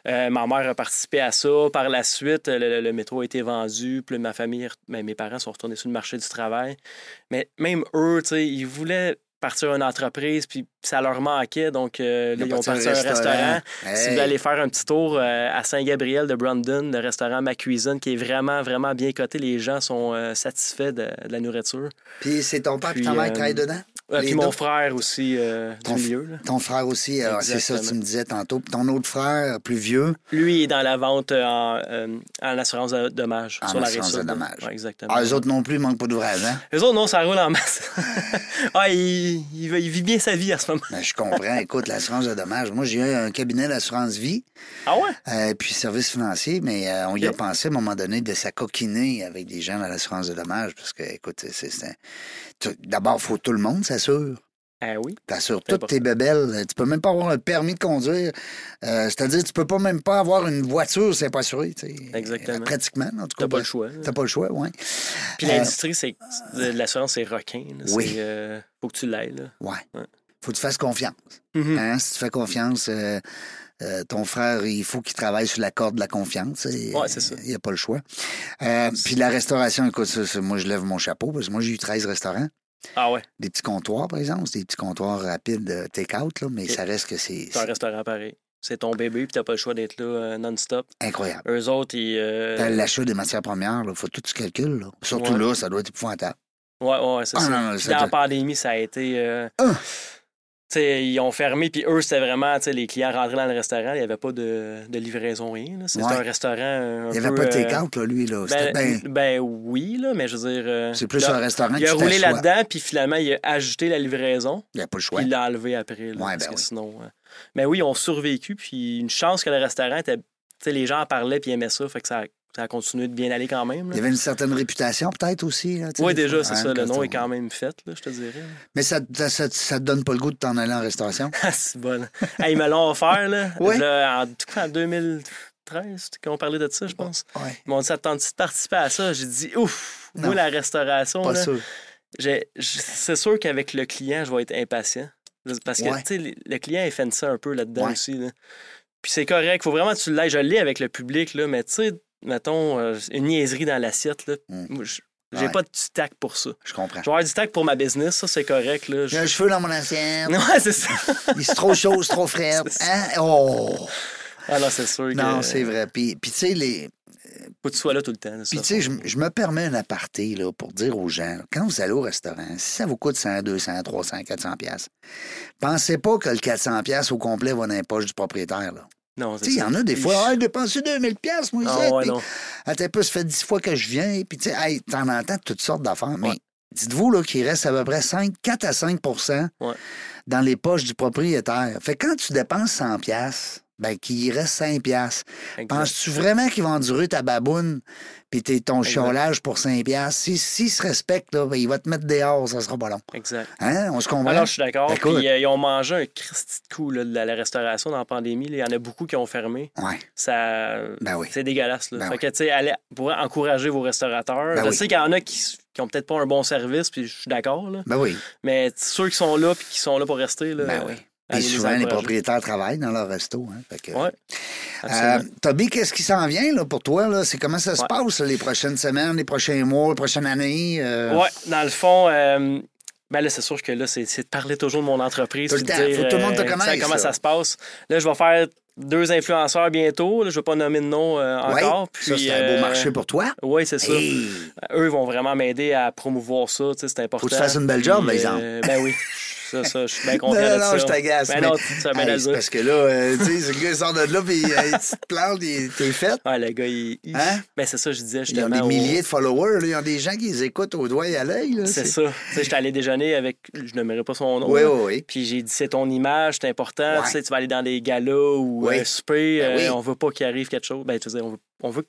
Euh, ma mère a participé à ça. Par la suite, le, le métro a été vendu. Puis ma famille, ben, mes parents sont retournés sur le marché du travail. Mais même eux, tu sais, ils voulaient partir une entreprise, puis ça leur manquait. Donc, euh, là, ils ont parti un restaurant. restaurant. Hey. Si vous voulez aller faire un petit tour euh, à Saint-Gabriel de Brandon, le restaurant Ma Cuisine, qui est vraiment, vraiment bien coté. Les gens sont euh, satisfaits de, de la nourriture. Puis c'est ton père et ta mère qui travaillent dedans? Euh, puis mon frère aussi, euh, ton, du milieu. Là. Ton frère aussi, euh, c'est ça que tu me disais tantôt. Puis ton autre frère, plus vieux? Lui, il est dans la vente euh, en, euh, en assurance de dommages. En sur la assurance de dommages. Ouais, exactement. Ah, eux autres non plus, ils manquent pas d'ouvrage, hein? Eux autres, non, ça roule en masse. ah, il, il, il vit bien sa vie à ce moment. Ben, je comprends. Écoute, l'assurance de dommages. Moi, j'ai eu un cabinet d'assurance vie. Ah ouais? Euh, puis service financier, mais euh, on y okay. a pensé à un moment donné de s'acoquiner avec des gens dans l'assurance de dommages. Parce que, écoute, c'est, c'est... d'abord, il faut que tout le monde s'assure. Ah oui. T'assures toutes tes bébelles. Tu peux même pas avoir un permis de conduire. Euh, c'est-à-dire, tu peux pas même pas avoir une voiture, c'est pas assuré. T'sais. Exactement. Euh, pratiquement, en tout cas. T'as pas le choix. T'as pas le choix, oui. Puis euh, l'industrie, c'est l'assurance, c'est requin. Là. Oui. C'est, euh, faut que tu l'aies. Oui. Ouais. Faut que tu fasses confiance. Mm-hmm. Hein? Si tu fais confiance, euh, euh, ton frère, il faut qu'il travaille sur la corde de la confiance. Oui, c'est ça. Il n'y a pas le choix. Euh, puis la restauration, écoute, ça, ça, moi, je lève mon chapeau parce que moi, j'ai eu treize restaurants. Ah ouais? Des petits comptoirs, par exemple. C'est des petits comptoirs rapides de take-out, là, mais okay. ça reste que c'est... C'est un restaurant pareil. C'est ton bébé, puis t'as pas le choix d'être là euh, non-stop. Incroyable. Eux autres, ils... Euh... T'as l'achat des matières premières, il faut tout tu calcules. Là. Surtout ouais. là, ça doit être épouvantable. Oui, ouais, c'est ah, ça. Non, non, dans la pandémie, ça a été... Euh... Ah. T'sais, ils ont fermé, puis eux, c'était vraiment, les clients rentraient dans le restaurant, il n'y avait pas de, de livraison, rien. Là. C'était ouais. un restaurant un Il n'y avait peu, pas de take-out, là, lui. Là. Ben, ben... ben oui, là, mais je veux dire... Euh, c'est plus là, un restaurant il que a tu roulé t'assois. là-dedans, puis finalement, il a ajouté la livraison. Il n'y a pas le choix. Puis il l'a enlevé après. Là, ouais, parce ben que oui. sinon... Euh... Mais oui, ils ont survécu, puis une chance que le restaurant était... T'sais, les gens en parlaient, puis aimaient ça, fait que ça... Ça a continué de bien aller quand même. Là. Il y avait une certaine réputation peut-être aussi. Là, oui, déjà, c'est hein, ça. Le nom est quand même fait, là, je te dirais. Mais ça, ça, ça, ça te donne pas le goût de t'en aller en restauration? Ah, c'est bon. Hey, ils me l'ont offert, là. Oui? Là, en, en deux mille treize, qu'on parlait de ça, je pense. Oui. Ils m'ont dit, ça te tente-tu de participer à ça? J'ai dit, ouf, non, moi, la restauration, pas là, sûr. J'ai, c'est sûr qu'avec le client, je vais être impatient. Parce que, ouais. tu sais, le client, il fait ça un peu là-dedans ouais. aussi. Là. Puis c'est correct. Il faut vraiment que tu l'aies. Je l'ai avec le public, là, mais tu sais, mettons, euh, une niaiserie dans l'assiette, là. Mm. J'ai ouais. pas de tac pour ça. Je comprends. Je vais avoir du tac pour ma business, ça, c'est correct. Là. J'ai un cheveu dans mon assiette. Ouais, c'est ça. Il est trop chaud, c'est trop frais. Hein? Oh! Alors, c'est sûr que... Non, c'est vrai. Puis, puis tu sais, les... Faut que tu sois là tout le temps. Puis, tu sais, je, je me permets un aparté, là, pour dire aux gens, quand vous allez au restaurant, si ça vous coûte cent, deux cents, trois cents, quatre cents piastres, pensez pas que le quatre cents piastres au complet va dans les poches du propriétaire, là. Non, c'est ça. Il y en a des fois, ah, j'ai dépensé deux mille piastres, moi, ah, ouais, puis, attends un peu, ça fait dix fois que je viens, puis tu sais, hey, t'en entends toutes sortes d'affaires, mais ouais. dites-vous là, qu'il reste à peu près cinq, quatre à cinq pour cent ouais. dans les poches du propriétaire. Fait que quand tu dépenses cent piastres, ben, qu'il reste cinq piastres. Penses-tu vraiment qu'ils vont endurer ta baboune puis ton chiolage pour cinq piastres? S'ils si, si se respectent, là, ben, il va te mettre dehors, ça sera pas long. Exact. Hein? On se comprend? Alors, je suis d'accord. Puis, euh, ils ont mangé un christi de coup là, de la, la restauration dans la pandémie. Là. Il y en a beaucoup qui ont fermé. Ouais. Ça, ben oui. C'est dégueulasse. Là. Ben fait oui. que, tu sais, allez, pour encourager vos restaurateurs. Ben je oui. sais qu'il y en a qui qui ont peut-être pas un bon service, puis je suis d'accord. Là. Ben oui. Mais ceux qui sont là puis qui sont là pour rester, là, ben oui. Et souvent, les, les propriétaires travaillent dans leur resto. Hein, fait que... Oui. Euh, Toby, qu'est-ce qui s'en vient là, pour toi? Là? C'est comment ça se ouais. passe là, les prochaines semaines, les prochains mois, les prochaines années? Euh... Oui, dans le fond, euh, ben là, c'est sûr que là, c'est, c'est de parler toujours de mon entreprise. Tout le temps. Dire, faut que tout le monde te connaisse. Euh, comment ça. ça se passe. Là, je vais faire deux influenceurs bientôt. Là, je ne vais pas nommer de nom euh, encore. Ouais, puis, ça, c'est un beau marché pour toi. Oui, c'est ça. Hey. Eux vont vraiment m'aider à promouvoir ça. C'est important. Faut que tu fasses une belle job, par exemple. Euh, ben oui. Ça, ça, je suis bien confiant non, de non, ça. je t'agace. Ben mais... non, tu sais, bien hey, c'est parce que là, euh, tu sais, ce gars sort de là, puis euh, il te plante, t'es fait. Ouais, le gars, il. il... Hein? Ben, c'est ça, je disais justement. Ils ont des au... milliers de followers, là. Ils ont des gens qui les écoutent au doigt et à l'œil. Là, c'est, c'est ça. Tu sais, j'étais allé déjeuner avec. Je nommerai pas son nom. Oui, oui, oui. Puis j'ai dit, c'est ton image, c'est important. Ouais. Tu sais, tu vas aller dans des galas ou oui. un souper. Ben, euh, oui. On veut pas qu'il arrive quelque chose. Ben, tu sais, on veut, on veut que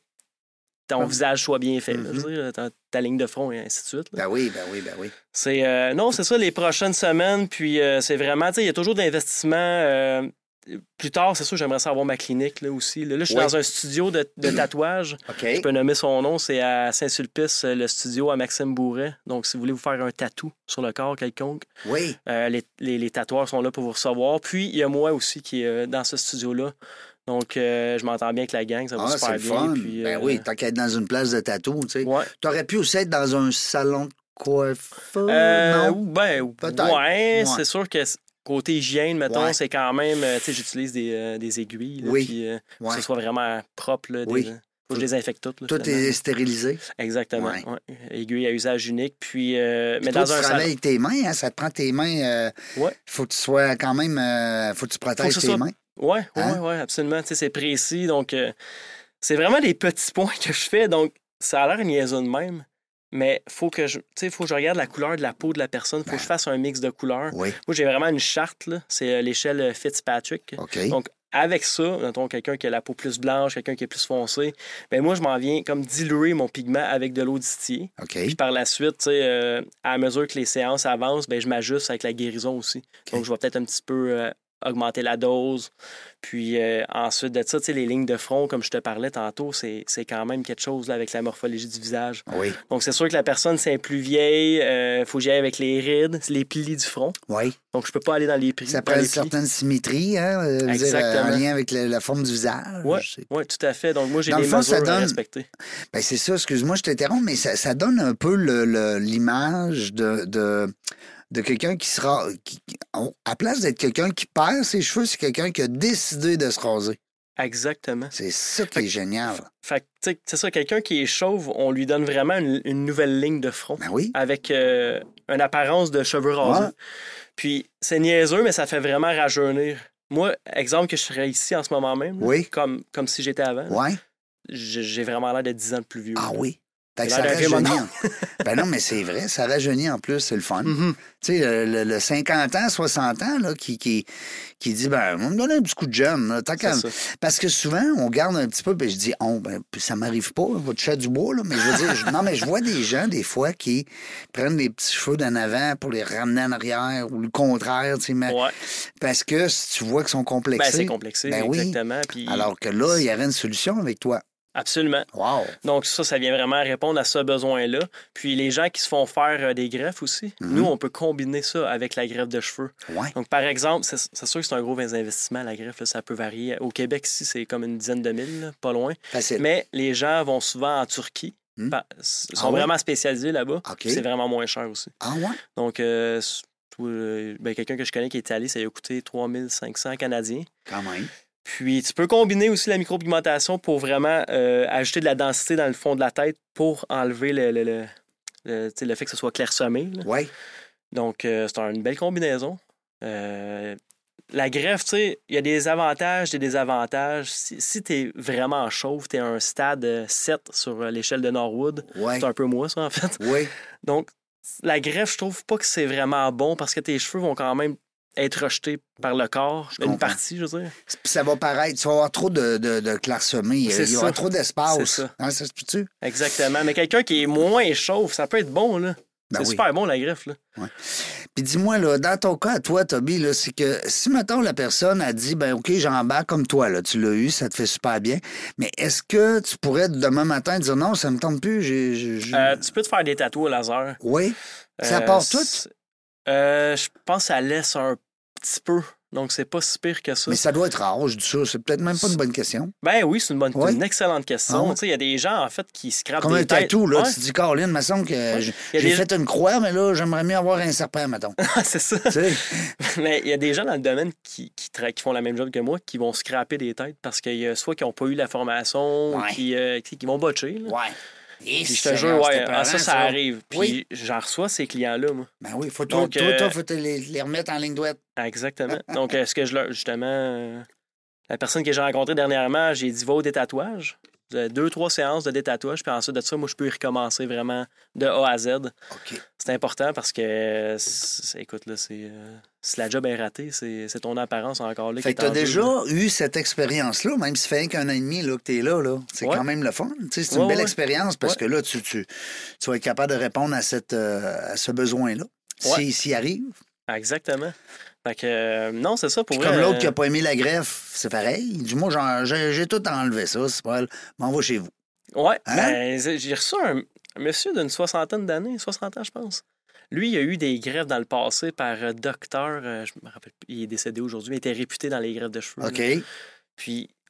ton visage soit bien fait, mm-hmm. là, tu sais, ta, ta ligne de front et ainsi de suite. Là. Ben oui, ben oui, ben oui. C'est, euh, non, c'est ça, les prochaines semaines. Puis euh, c'est vraiment, tu sais, il y a toujours d'investissements. Euh, plus tard, c'est sûr, j'aimerais ça avoir ma clinique là aussi. Là, là je suis oui. dans un studio de, de tatouage. Okay. Je peux nommer son nom. C'est à Saint-Sulpice, le studio à Maxime Bourret. Donc, si vous voulez vous faire un tatou sur le corps quelconque, oui. euh, les, les, les tatoueurs sont là pour vous recevoir. Puis, il y a moi aussi qui est euh, dans ce studio-là. Donc, euh, je m'entends bien avec la gang, ça va ah, super c'est bien. Fun. Puis, ben euh... oui, tant qu'à être dans une place de tatou, tu sais. Ouais. T'aurais pu aussi être dans un salon de coiffeur, Euh, non? ben, Peut-être. ouais, Ouais. c'est sûr que côté hygiène, mettons, Ouais. c'est quand même, tu sais, j'utilise des, euh, des aiguilles, là, Oui. puis euh, Ouais. que ce soit vraiment propre, là, Oui. des, faut que je les infecte toutes. Là, Tout finalement. est stérilisé. Exactement, Ouais. ouais. Aiguille à usage unique, puis... Euh, Puis mais toi, dans tu un travailles salon... avec tes mains, hein? Ça te prend tes mains. Euh, Ouais. faut que tu sois quand même... Euh, faut que tu protèges Faut que ce tes soit... mains. Oui, Hein? ouais, ouais, absolument. Tu sais, c'est précis, donc... Euh, c'est vraiment les petits points que je fais, donc ça a l'air niaiseux de même. Mais faut que je, tu sais, faut que je regarde la couleur de la peau de la personne. Faut Ben, que je fasse un mix de couleurs. Oui. Moi, j'ai vraiment une charte, là. C'est euh, l'échelle Fitzpatrick. OK. Donc, avec ça, mettons, quelqu'un qui a la peau plus blanche, quelqu'un qui est plus foncé, ben moi, je m'en viens comme diluer mon pigment avec de l'eau distillée. OK. Puis par la suite, tu sais, euh, à mesure que les séances avancent, ben je m'ajuste avec la guérison aussi. OK. Donc, je vais peut-être un petit peu euh, augmenter la dose. Puis euh, ensuite de ça, tu sais, les lignes de front, comme je te parlais tantôt, c'est, c'est quand même quelque chose là, avec la morphologie du visage. Oui. Donc, c'est sûr que la personne, c'est plus vieille. Il euh, faut que j'y aille avec les rides, les plis du front. Oui. Donc, je peux pas aller dans les plis. Ça dans prend les une plis. certaine symétrie, hein? euh, je veux dire, Exactement. en lien avec le- la forme du visage. Oui, C'est- ouais, tout à fait. Donc, moi, j'ai Dans le des fond, mesures ça donne- à respecter. Ben, c'est ça, excuse-moi, je t'interromps, mais ça, ça donne un peu le- le- l'image de, de, de quelqu'un qui sera. Qui, qui- on- à place d'être quelqu'un qui perd ses cheveux, c'est quelqu'un qui a décidé de se raser. Exactement. C'est ça qui Fait est que- génial. Fait que, tu sais, c'est ça, quelqu'un qui est chauve, on lui donne vraiment une, une nouvelle ligne de front Ben oui. avec euh, une apparence de cheveux rasés. Ouais. Puis, c'est niaiseux, mais ça fait vraiment rajeunir. Moi, exemple que je serais ici en ce moment même, là, Oui. comme, comme si j'étais avant, là, Ouais. j'ai j'ai vraiment l'air de dix ans de plus vieux. Ah là. oui. Fait que J'ai ça l'air d'un vieux rajeunit. bonhomme. Ben non, mais c'est vrai, ça rajeunit en plus, c'est le fun. Mhm. Tu sais, le, le- le cinquante ans, soixante ans, là, qui, qui, qui dit, ben, on va me donner un petit coup de jeune. Là, tant qu'à- C'est ça. Parce que souvent, on garde un petit peu, puis je dis, oh, ben, puis ça m'arrive pas, va toucher du bois, là, mais je veux dire, je- non, mais je vois des gens, des fois, qui prennent des petits cheveux d'en avant pour les ramener en arrière, ou le contraire, tu sais, mais- Ouais. parce que si tu vois qu'ils sont complexés. Ben, c'est complexé, Ben oui. exactement. Puis, Alors que là, il y aurait une solution avec toi. absolument. Wow! Donc, ça, ça vient vraiment répondre à ce besoin-là. Puis, les gens qui se font faire euh, des greffes aussi, Mhm. nous, on peut combiner ça avec la greffe de cheveux. Ouais. Donc, par exemple, c'est c'est sûr que c'est un gros investissement, la greffe, là, ça peut varier. Au Québec, ici, c'est comme une dizaine de mille, là, pas loin. Facile. Mais les gens vont souvent en Turquie. Hmm. Pa- s- Ils Ah sont ouais? vraiment spécialisés là-bas. OK. Puis C'est vraiment moins cher aussi. Ah ouais? Donc, euh, s- tout, euh, ben, quelqu'un que je connais qui est allé, ça lui a coûté trois mille cinq cents canadiens. Quand même. Puis, tu peux combiner aussi la micropigmentation pour vraiment euh, ajouter de la densité dans le fond de la tête pour enlever le, le, le, le, tu sais, le fait que ce soit clairsemé. là. Ouais. Donc, euh, c'est une belle combinaison. Euh, la greffe, tu sais, il y a des avantages, des désavantages. Si, si tu es vraiment chauve, tu es à un stade euh, sept sur euh, l'échelle de Norwood. Ouais. C'est un peu moi, ça, en fait. Oui. Donc, la greffe, je trouve pas que c'est vraiment bon parce que tes cheveux vont quand même être rejetés par le corps. Je Une comprends. partie, je veux dire. Puis ça va paraître, tu vas avoir trop de, de, de clairsemé. Il C'est va y avoir ça. trop d'espace. C'est ça. Hein, ça se peut-tu? Exactement. Mais quelqu'un qui est moins chauve, ça peut être bon, là. Ben c'est oui. super bon, la greffe, là. Puis dis-moi, là, dans ton cas, à toi, Toby, là, c'est que si, mettons, la personne a dit, ben OK, j'embarque comme toi, là, tu l'as eu, ça te fait super bien, mais est-ce que tu pourrais demain matin dire non, ça me tente plus, j'ai... j'ai- j'ai- Euh, tu peux te faire des tatous au laser. Oui? Ça Euh, part tout? c'est- Euh, je pense que ça laisse un petit peu. Donc, c'est pas si pire que ça. Mais ça doit être rare, je dis ça. C'est peut-être même pas une bonne question. Ben oui, c'est une, bonne, Ouais. une excellente question. Ah ouais. Tu sais, il y a des gens, en fait, qui scrapent Comme des un têtes. tatou, là, Ouais. tu te dis, Caroline, il me semble que j- Il y a j'ai des- fait une croix, mais là, j'aimerais mieux avoir un serpent, mettons. c'est ça. Tu sais? Mais il y a des gens dans le domaine qui, qui, tra- qui font la même job que moi, qui vont scraper des têtes parce qu'il y a soit qui n'ont pas eu la formation, Ouais. ou qui, euh, qui, qui vont botcher. là. Ouais. Et Puis je te Seigneur, jure, ouais, c'était ah, ça, peurant, ça arrive. Puis Oui. j'en reçois ces clients-là, moi. Ben oui, faut toi, Donc, toi, euh, toi, faut te les, les remettre en ligne droite. Exactement. Donc, est-ce que je leur. Justement, euh, la personne que j'ai rencontrée dernièrement, j'ai dit va au détatouage. Euh, Deux, trois séances de détatouage, puis ensuite de ça, moi, je peux y recommencer vraiment de A à Z. OK. C'est important parce que, c'est- écoute, là, c'est. euh, si la job est ratée, c'est c'est ton apparence encore là. Fait qui que est t'as en jeu, déjà là. eu cette expérience-là, même si ça fait qu'un an et demi là, que t'es là, là. C'est Ouais. quand même le fun. Tu sais, c'est une Ouais, belle ouais. expérience parce Ouais. que là, tu, tu, tu vas être capable de répondre à, cette, euh, à ce besoin-là. Ouais. S'il s'y arrive. Exactement. Fait que, euh, non, c'est ça pour Puis vrai, comme l'autre euh, qui n'a pas aimé la greffe, c'est pareil. Du moins, genre, j'ai, j'ai tout enlevé ça, c'est pas. M'en va chez vous. Ouais, Hein? ben, j'ai j'ai reçu un, un monsieur d'une soixantaine d'années, soixante ans, je pense. Lui, il a eu des greffes dans le passé par euh, docteur, euh, je me rappelle plus, il est décédé aujourd'hui, mais il était réputé dans les greffes de cheveux. OK. là. Puis,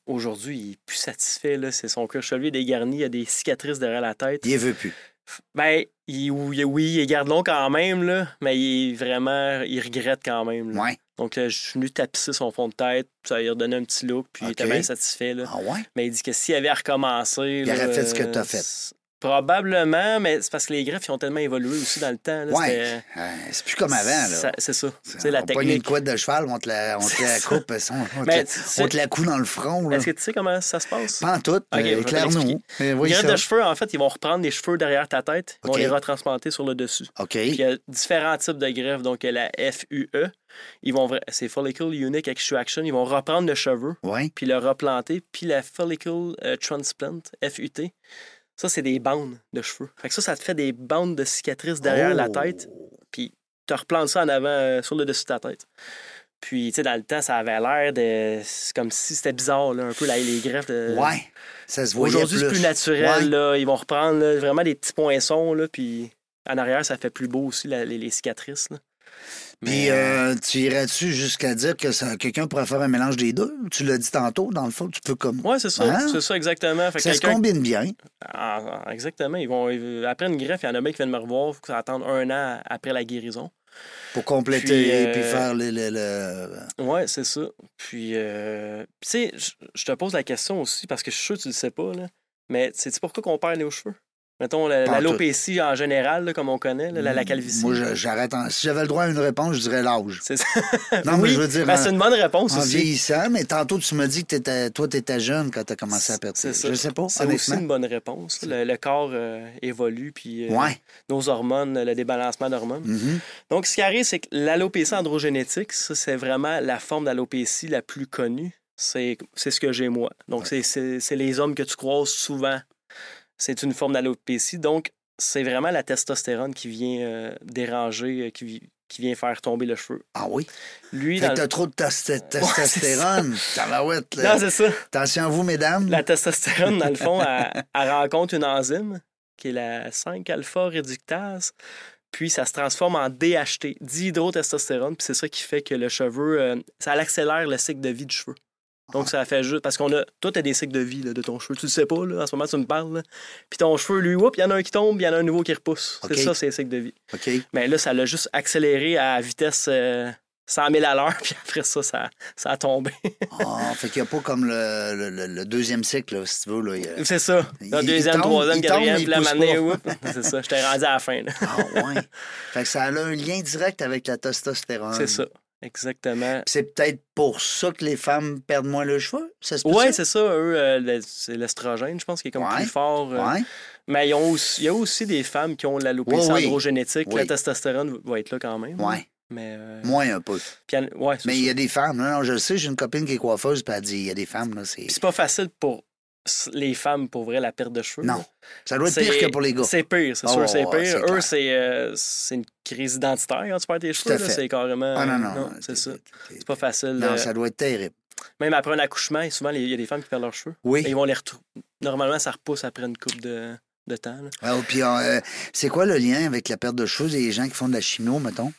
aujourd'hui, il est plus satisfait. Là. C'est son cuir chevelu dégarni, il a des cicatrices derrière la tête. Il ne veut plus. Ben, il, oui, oui, il garde long quand même, là, mais il est vraiment, il regrette quand même. Là. Ouais. Donc, euh, je suis venu tapisser son fond de tête, ça lui a redonné un petit look, puis okay. il était bien satisfait. Là. Ah ouais? Mais il dit que s'il avait recommencé... Il là, aurait fait ce que euh, tu as fait. Probablement, mais c'est parce que les greffes ils ont tellement évolué aussi dans le temps. Oui, euh, c'est plus comme avant. Là. C'est ça. C'est la on technique. On pogne une couette de cheval, on te la, on te la coupe, on, on, mais, te, la, on te la coud dans le front. Est-ce que tu sais comment ça se passe? Pas en tout, okay, euh, clairement. Les greffes de cheveux, en fait, ils vont reprendre les cheveux derrière ta tête, ils okay. vont les retransplanter sur le dessus. OK. Puis il y a différents types de greffes, donc la F U E. Ils vont, c'est Follicle Unique Extraction. Ils vont reprendre le cheveu, ouais. puis le replanter. Puis la Follicle uh, Transplant, F U T. Ça, c'est des bandes de cheveux. Fait que ça, ça te fait des bandes de cicatrices derrière oh. la tête. Puis tu replantes ça en avant euh, sur le dessus de ta tête. Puis, tu sais, dans le temps, ça avait l'air de... C'est comme si c'était bizarre, là, un peu, là, les greffes. De... Ouais, ça se voyait Aujourd'hui, plus. c'est plus naturel, ouais. là. Ils vont reprendre là, vraiment des petits poinçons, là, puis en arrière, ça fait plus beau aussi, la, les, les cicatrices, là. Puis, euh, tu irais-tu jusqu'à dire que ça, quelqu'un pourrait faire un mélange des deux? Tu l'as dit tantôt, dans le fond, tu peux comme... Oui, c'est ça. Hein? C'est ça, exactement. Fait ça se combine bien. Ah, exactement. Ils vont... Après une greffe, il y en a bien qui viennent me revoir. Il faut attendre un an après la guérison. Pour compléter puis, euh... puis faire le... le, le... Oui, c'est ça. Puis, euh... tu sais, je te pose la question aussi, parce que je suis sûr que tu le sais pas, là. Mais sais-tu pourquoi qu'on perd les cheveux? Mettons, l'alopécie en général, là, comme on connaît, là, la, la calvitie. Moi, j'arrête. En... Si j'avais le droit à une réponse, je dirais l'âge. C'est ça. Non, mais oui, je veux dire. Ben, c'est une bonne réponse en aussi. En vieillissant, mais tantôt, tu m'as dit que étais, toi, tu étais jeune quand tu as commencé à perdre. C'est ça. Je sais pas. C'est aussi une bonne réponse. Le, le corps euh, évolue, puis euh, ouais. nos hormones, le débalancement d'hormones. Mm-hmm. Donc, ce qui arrive, c'est que l'alopécie androgénétique, ça, c'est vraiment la forme d'alopécie la plus connue. C'est ce que j'ai moi. Donc, ouais. c'est les hommes que tu croises souvent. C'est une forme d'alopécie. Donc, c'est vraiment la testostérone qui vient euh, déranger, euh, qui, qui vient faire tomber le cheveu. Ah oui? Lui, fait dans... que t'as trop de testostérone. Ouais, Tabarouette, là. Non, c'est ça. Attention à vous, mesdames. La testostérone, dans le fond, elle, elle rencontre une enzyme qui est la cinq alpha réductase. Puis, ça se transforme en D H T, dihydrotestostérone. Puis, c'est ça qui fait que le cheveu, euh, ça accélère le cycle de vie du cheveu. Donc, ça fait juste... Parce qu'on a... Toi, t'as des cycles de vie là, de ton cheveu. Tu le sais pas, là. En ce moment, tu me parles. Là. Puis ton cheveu, lui, oups, il y en a un qui tombe, il y en a un nouveau qui repousse. Okay. C'est ça, c'est les cycles de vie. OK. Mais là, ça l'a juste accéléré à vitesse euh, cent mille à l'heure. Puis après ça, ça, ça a tombé. Ah, fait qu'il n'y a pas comme le, le, le deuxième cycle, là, si tu veux. Là, a... C'est ça. Le il, deuxième, il tombe, troisième, quatrième, puis la manée, oups. C'est ça. Je t'ai rendu à la fin. Là. Ah, ouais. Fait que ça a un lien direct avec la testostérone. C'est ça. Exactement. C'est peut-être pour ça que les femmes perdent moins leurs cheveux? Oui, c'est ça. Eux, euh, c'est l'estrogène, je pense, qui est comme ouais. plus fort. Euh, ouais. Mais ils ont aussi, il y a aussi des femmes qui ont l'alopécie oui, oui. androgénétique. Oui. La testostérone va être là quand même. Oui. Mais euh... moins un peu. Puis, ouais, mais il y a des femmes. Non, non, je le sais, j'ai une copine qui est coiffeuse, puis elle dit il y a des femmes. Là, c'est... c'est pas facile pour les femmes, pour vrai, la perte de cheveux. Non. Là. Ça doit être pire que pour les gars. C'est pire, c'est oh, sûr, c'est pire. C'est Eux, c'est euh, une crise identitaire quand tu perds tes cheveux. C'est carrément. Ah non, non. non c'est ça. C'est pas facile. Non, euh... ça doit être terrible. Même après un accouchement, souvent, il y a des femmes qui perdent leurs cheveux. Oui. Et ils vont les retrouver. Normalement, ça repousse après une couple de, de temps. Là. Ah, puis, euh, c'est quoi le lien avec la perte de cheveux des gens qui font de la chimio, mettons?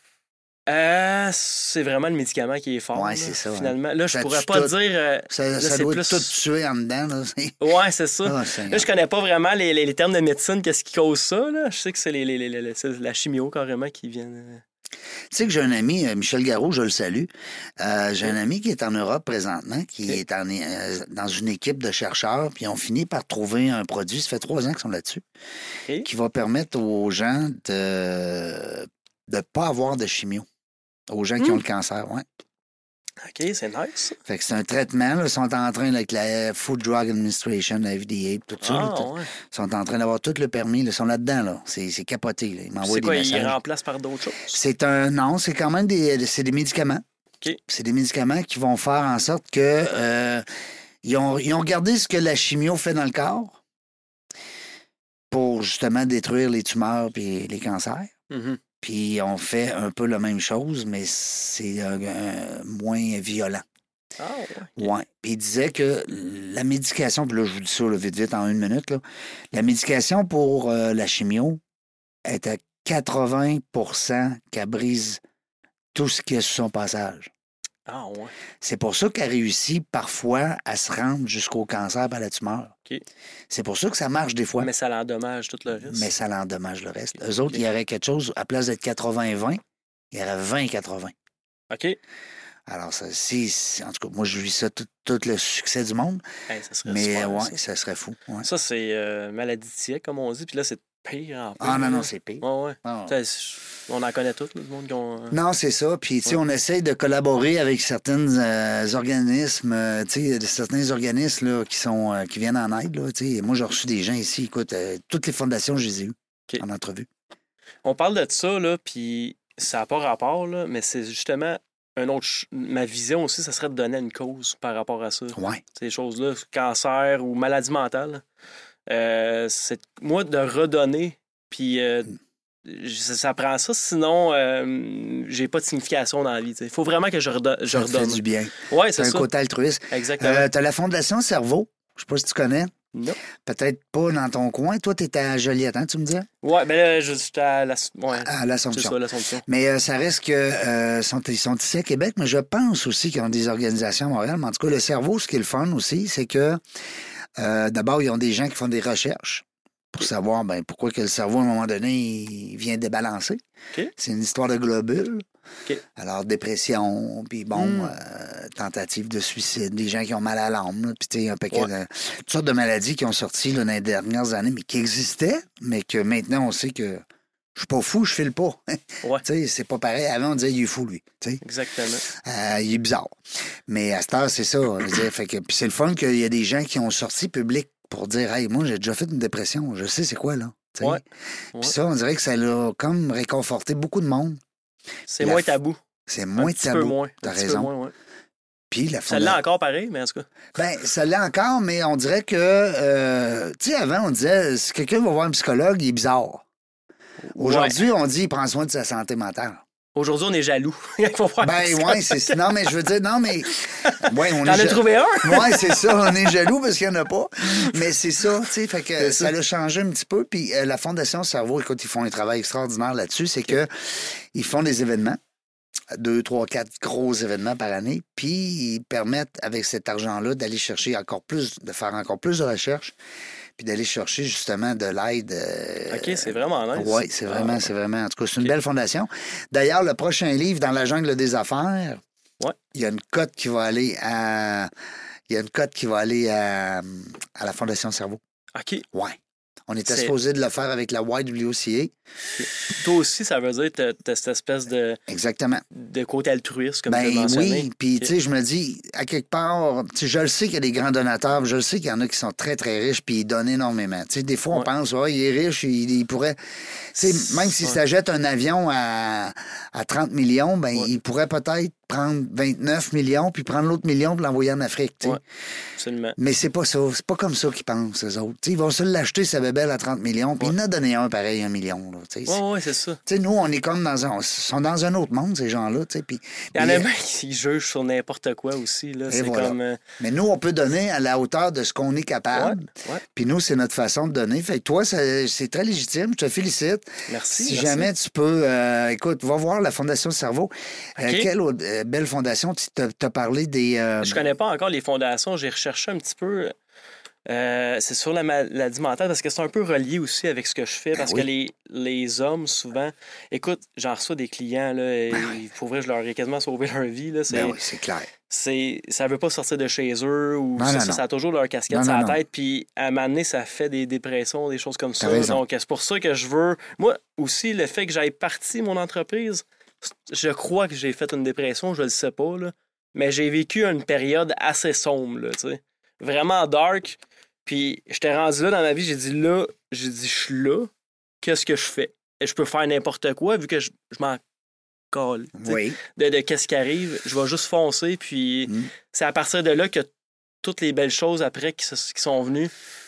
Euh, c'est vraiment le médicament qui est fort. Oui, c'est ça. Finalement. Ouais. Là, je ça pourrais pas tout... dire. Euh, ça là, ça doit plus... tout tuer en dedans. Là, ouais, c'est ça. Oh, là, je connais pas vraiment les, les, les termes de médecine, qu'est-ce qui cause ça. Là. Je sais que c'est les, les, les, les, la chimio carrément qui vient. Euh... Tu sais que j'ai un ami, Michel Garot, je le salue. Euh, j'ai un ami qui est en Europe présentement, qui okay. est en, euh, dans une équipe de chercheurs, puis ils ont fini par trouver un produit, ça fait trois ans qu'ils sont là-dessus, okay. qui va permettre aux gens de ne pas avoir de chimio. Aux gens qui mmh. ont le cancer, oui. OK, c'est nice. Fait que c'est un traitement. Là, ils sont en train, là, avec la Food Drug Administration, la F D A, tout ça. Ah, là, tout, ouais. Ils sont en train d'avoir tout le permis. Là, ils sont là-dedans. Là. C'est, c'est capoté. Là. Ils m'envoient des quoi, messages. Ils remplacent par d'autres choses? C'est un... Non, c'est quand même des, c'est des médicaments. OK. C'est des médicaments qui vont faire en sorte que... Euh, ils, ont, ils ont regardé ce que la chimio fait dans le corps pour, justement, détruire les tumeurs et les cancers. Mm-hmm. Puis on fait un peu la même chose, mais c'est euh, euh, moins violent. Ah, ouais. Ouais. Puis il disait que la médication, puis là, je vous dis ça là, vite, vite, en une minute, là, la médication pour euh, la chimio est à quatre-vingts pour cent qu'elle brise tout ce qui est sur son passage. Ah, ouais. C'est pour ça qu'elle réussit parfois à se rendre jusqu'au cancer par la tumeur. OK. C'est pour ça que ça marche des fois. Mais ça l'endommage tout le reste. Mais ça l'endommage le reste. Eux autres, okay. Il y aurait quelque chose, à place d'être quatre-vingts vingt, il y aurait vingt quatre-vingts. OK. Alors, ça, si, si, en tout cas, moi, je vis ça tout, tout le succès du monde. Hey, ça serait mais super, ouais, ça. ça serait fou. Ouais. Ça, c'est euh, maladie de siècle, comme on dit. Puis là, c'est pire en plus. Ah non, non, c'est pire. Ouais, ouais. Ah, ouais. On en connaît tous, le monde qui ont... Euh... Non, c'est ça. Puis, tu sais, ouais. On essaye de collaborer avec certains euh, organismes, euh, tu sais, certains organismes là, qui, sont, euh, qui viennent en aide. Là, tu sais. Moi, j'ai reçu des gens ici. Écoute, euh, toutes les fondations, je les ai eues okay. en entrevue. On parle de ça, là, puis ça n'a pas rapport, là, mais c'est justement... Un autre ch... Ma vision aussi, ça serait de donner une cause par rapport à ça. Ouais. Ces choses-là, cancer ou maladie mentale. Euh, c'est moi de redonner, puis euh, ça, ça prend ça, sinon euh, j'ai pas de signification dans la vie. Il faut vraiment que je, redonne. Je ça te redonne. fait du bien. Ouais, c'est, c'est ça. Un côté altruiste. Exactement. Euh, tu as la Fondation Cerveau. Je sais pas si tu connais. Non. Peut-être pas dans ton coin. Toi, tu étais à Joliette, hein, tu me disais? Oui, bien là, j'étais à, la... ouais. à l'Assomption. C'est ça, l'Assomption. Mais euh, ça reste que euh, sont, ils sont ici à Québec, mais je pense aussi qu'ils ont des organisations à Montréal. Mais en tout cas, le cerveau, ce qui est le fun aussi, c'est que euh, d'abord, ils ont des gens qui font des recherches pour okay. savoir ben, pourquoi que le cerveau, à un moment donné, il vient débalancer. Okay. C'est une histoire de globules. Okay. Alors, dépression, puis bon, mm. euh, tentative de suicide, des gens qui ont mal à l'âme, puis tu sais, un paquet ouais. de... Toutes sortes de maladies qui ont sorti là, dans les dernières années, mais qui existaient, mais que maintenant, on sait que je suis pas fou, je file pas. Ouais. Tu sais, c'est pas pareil. Avant, on disait, il est fou, lui. T'sais. Exactement. Euh, il est bizarre. Mais à cette heure, c'est ça. Je veux dire, fait que... Puis c'est le fun qu'il y a des gens qui ont sorti public pour dire, hey, moi, j'ai déjà fait une dépression, je sais c'est quoi, là. Ouais. Ouais. Puis ça, on dirait que ça l'a comme réconforté beaucoup de monde. C'est moins tabou. C'est moins un tabou. Peu moins. T'as un raison. Peu moins, ouais. Puis la fonda... Ça l'a encore pareil, mais en tout cas. Ben, ça l'a encore, mais on dirait que, euh, tu sais, avant, on disait, si quelqu'un va voir un psychologue, il est bizarre. Aujourd'hui, ouais. on dit, il prend soin de sa santé mentale. Aujourd'hui, on est jaloux. Il faut voir ben, oui, c'est Non, mais je veux dire, non, mais. Ouais, on T'en as ja... trouvé un? Oui, c'est ça. On est jaloux parce qu'il n'y en a pas. Mais c'est ça, tu sais. Fait que ça l'a changé un petit peu. Puis euh, la Fondation Cerveau, écoute, ils font un travail extraordinaire là-dessus. C'est que ils font des événements. Deux, trois, quatre gros événements par année. Puis ils permettent, avec cet argent-là, d'aller chercher encore plus, de faire encore plus de recherche. Puis d'aller chercher justement de l'aide. Euh... OK, c'est vraiment nice. Oui, c'est vraiment, ah, c'est vraiment. En tout cas, c'est une okay. belle fondation. D'ailleurs, le prochain livre, Dans la jungle des affaires, ouais. il y a une cote qui va aller à. Il y a une cote qui va aller à, à la Fondation Cerveau. OK. Oui. On était c'est... supposé de le faire avec la Y W C A. Okay. Toi aussi, ça veut dire que tu as cette espèce de... Exactement. De côté altruiste, comme ben, tu as mentionné. Oui, puis okay. tu sais, je me dis, à quelque part, je le sais qu'il y a des grands donateurs, je le sais qu'il y en a qui sont très, très riches, puis ils donnent énormément. Tu sais, des fois, on ouais. pense, oh, il est riche, il, il pourrait... Tu sais, même s'il ouais. s'achète un avion à, à trente millions, ben ouais. il pourrait peut-être prendre vingt-neuf millions, puis prendre l'autre million pour l'envoyer en Afrique. Oui, absolument. Mais c'est pas ça. C'est pas comme ça qu'ils pensent, eux autres. T'sais, ils vont se l'acheter, sa bébelle, à trente millions, puis ouais. il en a donné un pareil, un million. Oui, oui, c'est ça. T'sais, nous, on est comme dans un... Ils sont dans un autre monde, ces gens-là. Pis, il y en a même qui jugent sur n'importe quoi aussi. Là. C'est voilà. comme... Euh... Mais nous, on peut donner à la hauteur de ce qu'on est capable. Ouais. Ouais. Puis nous, c'est notre façon de donner. Fait que toi, ça, c'est très légitime. Je te félicite. Merci. Si merci. jamais tu peux... Euh, écoute, va voir la Fondation Cerveau. Okay. Euh, quelle autre, euh, belle fondation. Tu t'as parlé des... Euh... Je connais pas encore les fondations. J'ai recherché un petit peu... Euh, c'est sur la maladie mentale parce que c'est un peu relié aussi avec ce que je fais parce ben oui. que les, les hommes souvent écoute j'en reçois des clients là et ben oui. pour vrai je leur ai quasiment sauvé leur vie là c'est ben oui, c'est clair c'est ça veut pas sortir de chez eux ou non, ça, non, ça, non. ça a toujours leur casquette non, sur non, la non. tête puis à un moment donné ça fait des dépressions des choses comme T'as ça raison. Donc c'est pour ça que je veux moi aussi le fait que j'aille parti mon entreprise je crois que j'ai fait une dépression je le sais pas là mais j'ai vécu une période assez sombre là tu sais vraiment dark. Puis, j'étais rendu là dans ma vie, j'ai dit là, j'ai dit, je suis là, qu'est-ce que je fais? Et je peux faire n'importe quoi, vu que je, je m'en colle. Oui. De, de qu'est-ce qui arrive, je vais juste foncer, puis mm. c'est à partir de là que toutes les belles choses après qui, qui sont venues,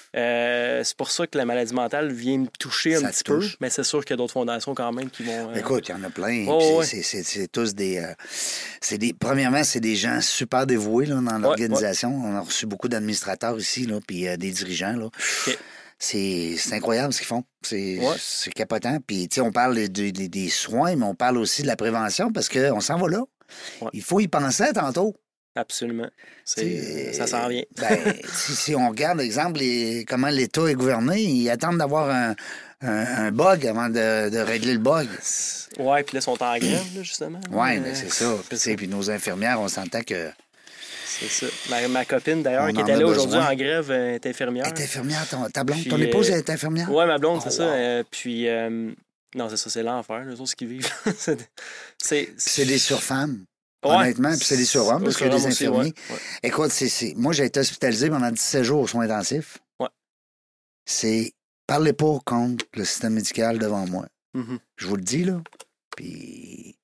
euh, c'est pour ça que la maladie mentale vient me toucher un ça petit touche. peu, mais c'est sûr qu'il y a d'autres fondations quand même qui vont... Euh... Écoute, il y en a plein. Oh, ouais. c'est, c'est, c'est tous des, euh, c'est des... Premièrement, c'est des gens super dévoués là, dans l'organisation. Ouais, ouais. On a reçu beaucoup d'administrateurs ici, là, puis euh, des dirigeants. Là. Okay. C'est, c'est incroyable ce qu'ils font. C'est, ouais. c'est capotant. Puis, tu sais, on parle de, de, de, des soins, mais on parle aussi de la prévention parce qu'on s'en va là. Ouais. Il faut y penser tantôt. Absolument. C'est, ça s'en vient. Ben, si, si on regarde, exemple, les, comment l'État est gouverné, ils attendent d'avoir un, un, un bug avant de, de régler le bug. Oui, puis là, ils sont en grève, là, justement. Oui, euh, mais c'est ça. Puis, puis nos infirmières, on s'entend que... C'est ça. Ma, ma copine, d'ailleurs, On qui en était a là aujourd'hui besoin. en grève, euh, est infirmière. Elle est infirmière, ton, ta blonde, Puis, ton épouse euh, est infirmière? Oui, ma blonde, Oh, c'est wow. ça. Euh, puis, euh, non, c'est ça, c'est l'enfer, les autres, ce qu'ils vivent. c'est, c'est, C'est des surfemmes. Ouais. Honnêtement, puis c'est des surhommes, parce qu'il y a des surhommes aussi, infirmiers. ouais, ouais. Écoute, c'est, c'est... moi, j'ai été hospitalisé pendant dix-sept jours aux soins intensifs. Ouais. C'est... Parlez pas contre le système médical devant moi. Mm-hmm. Je vous le dis, là. Puis...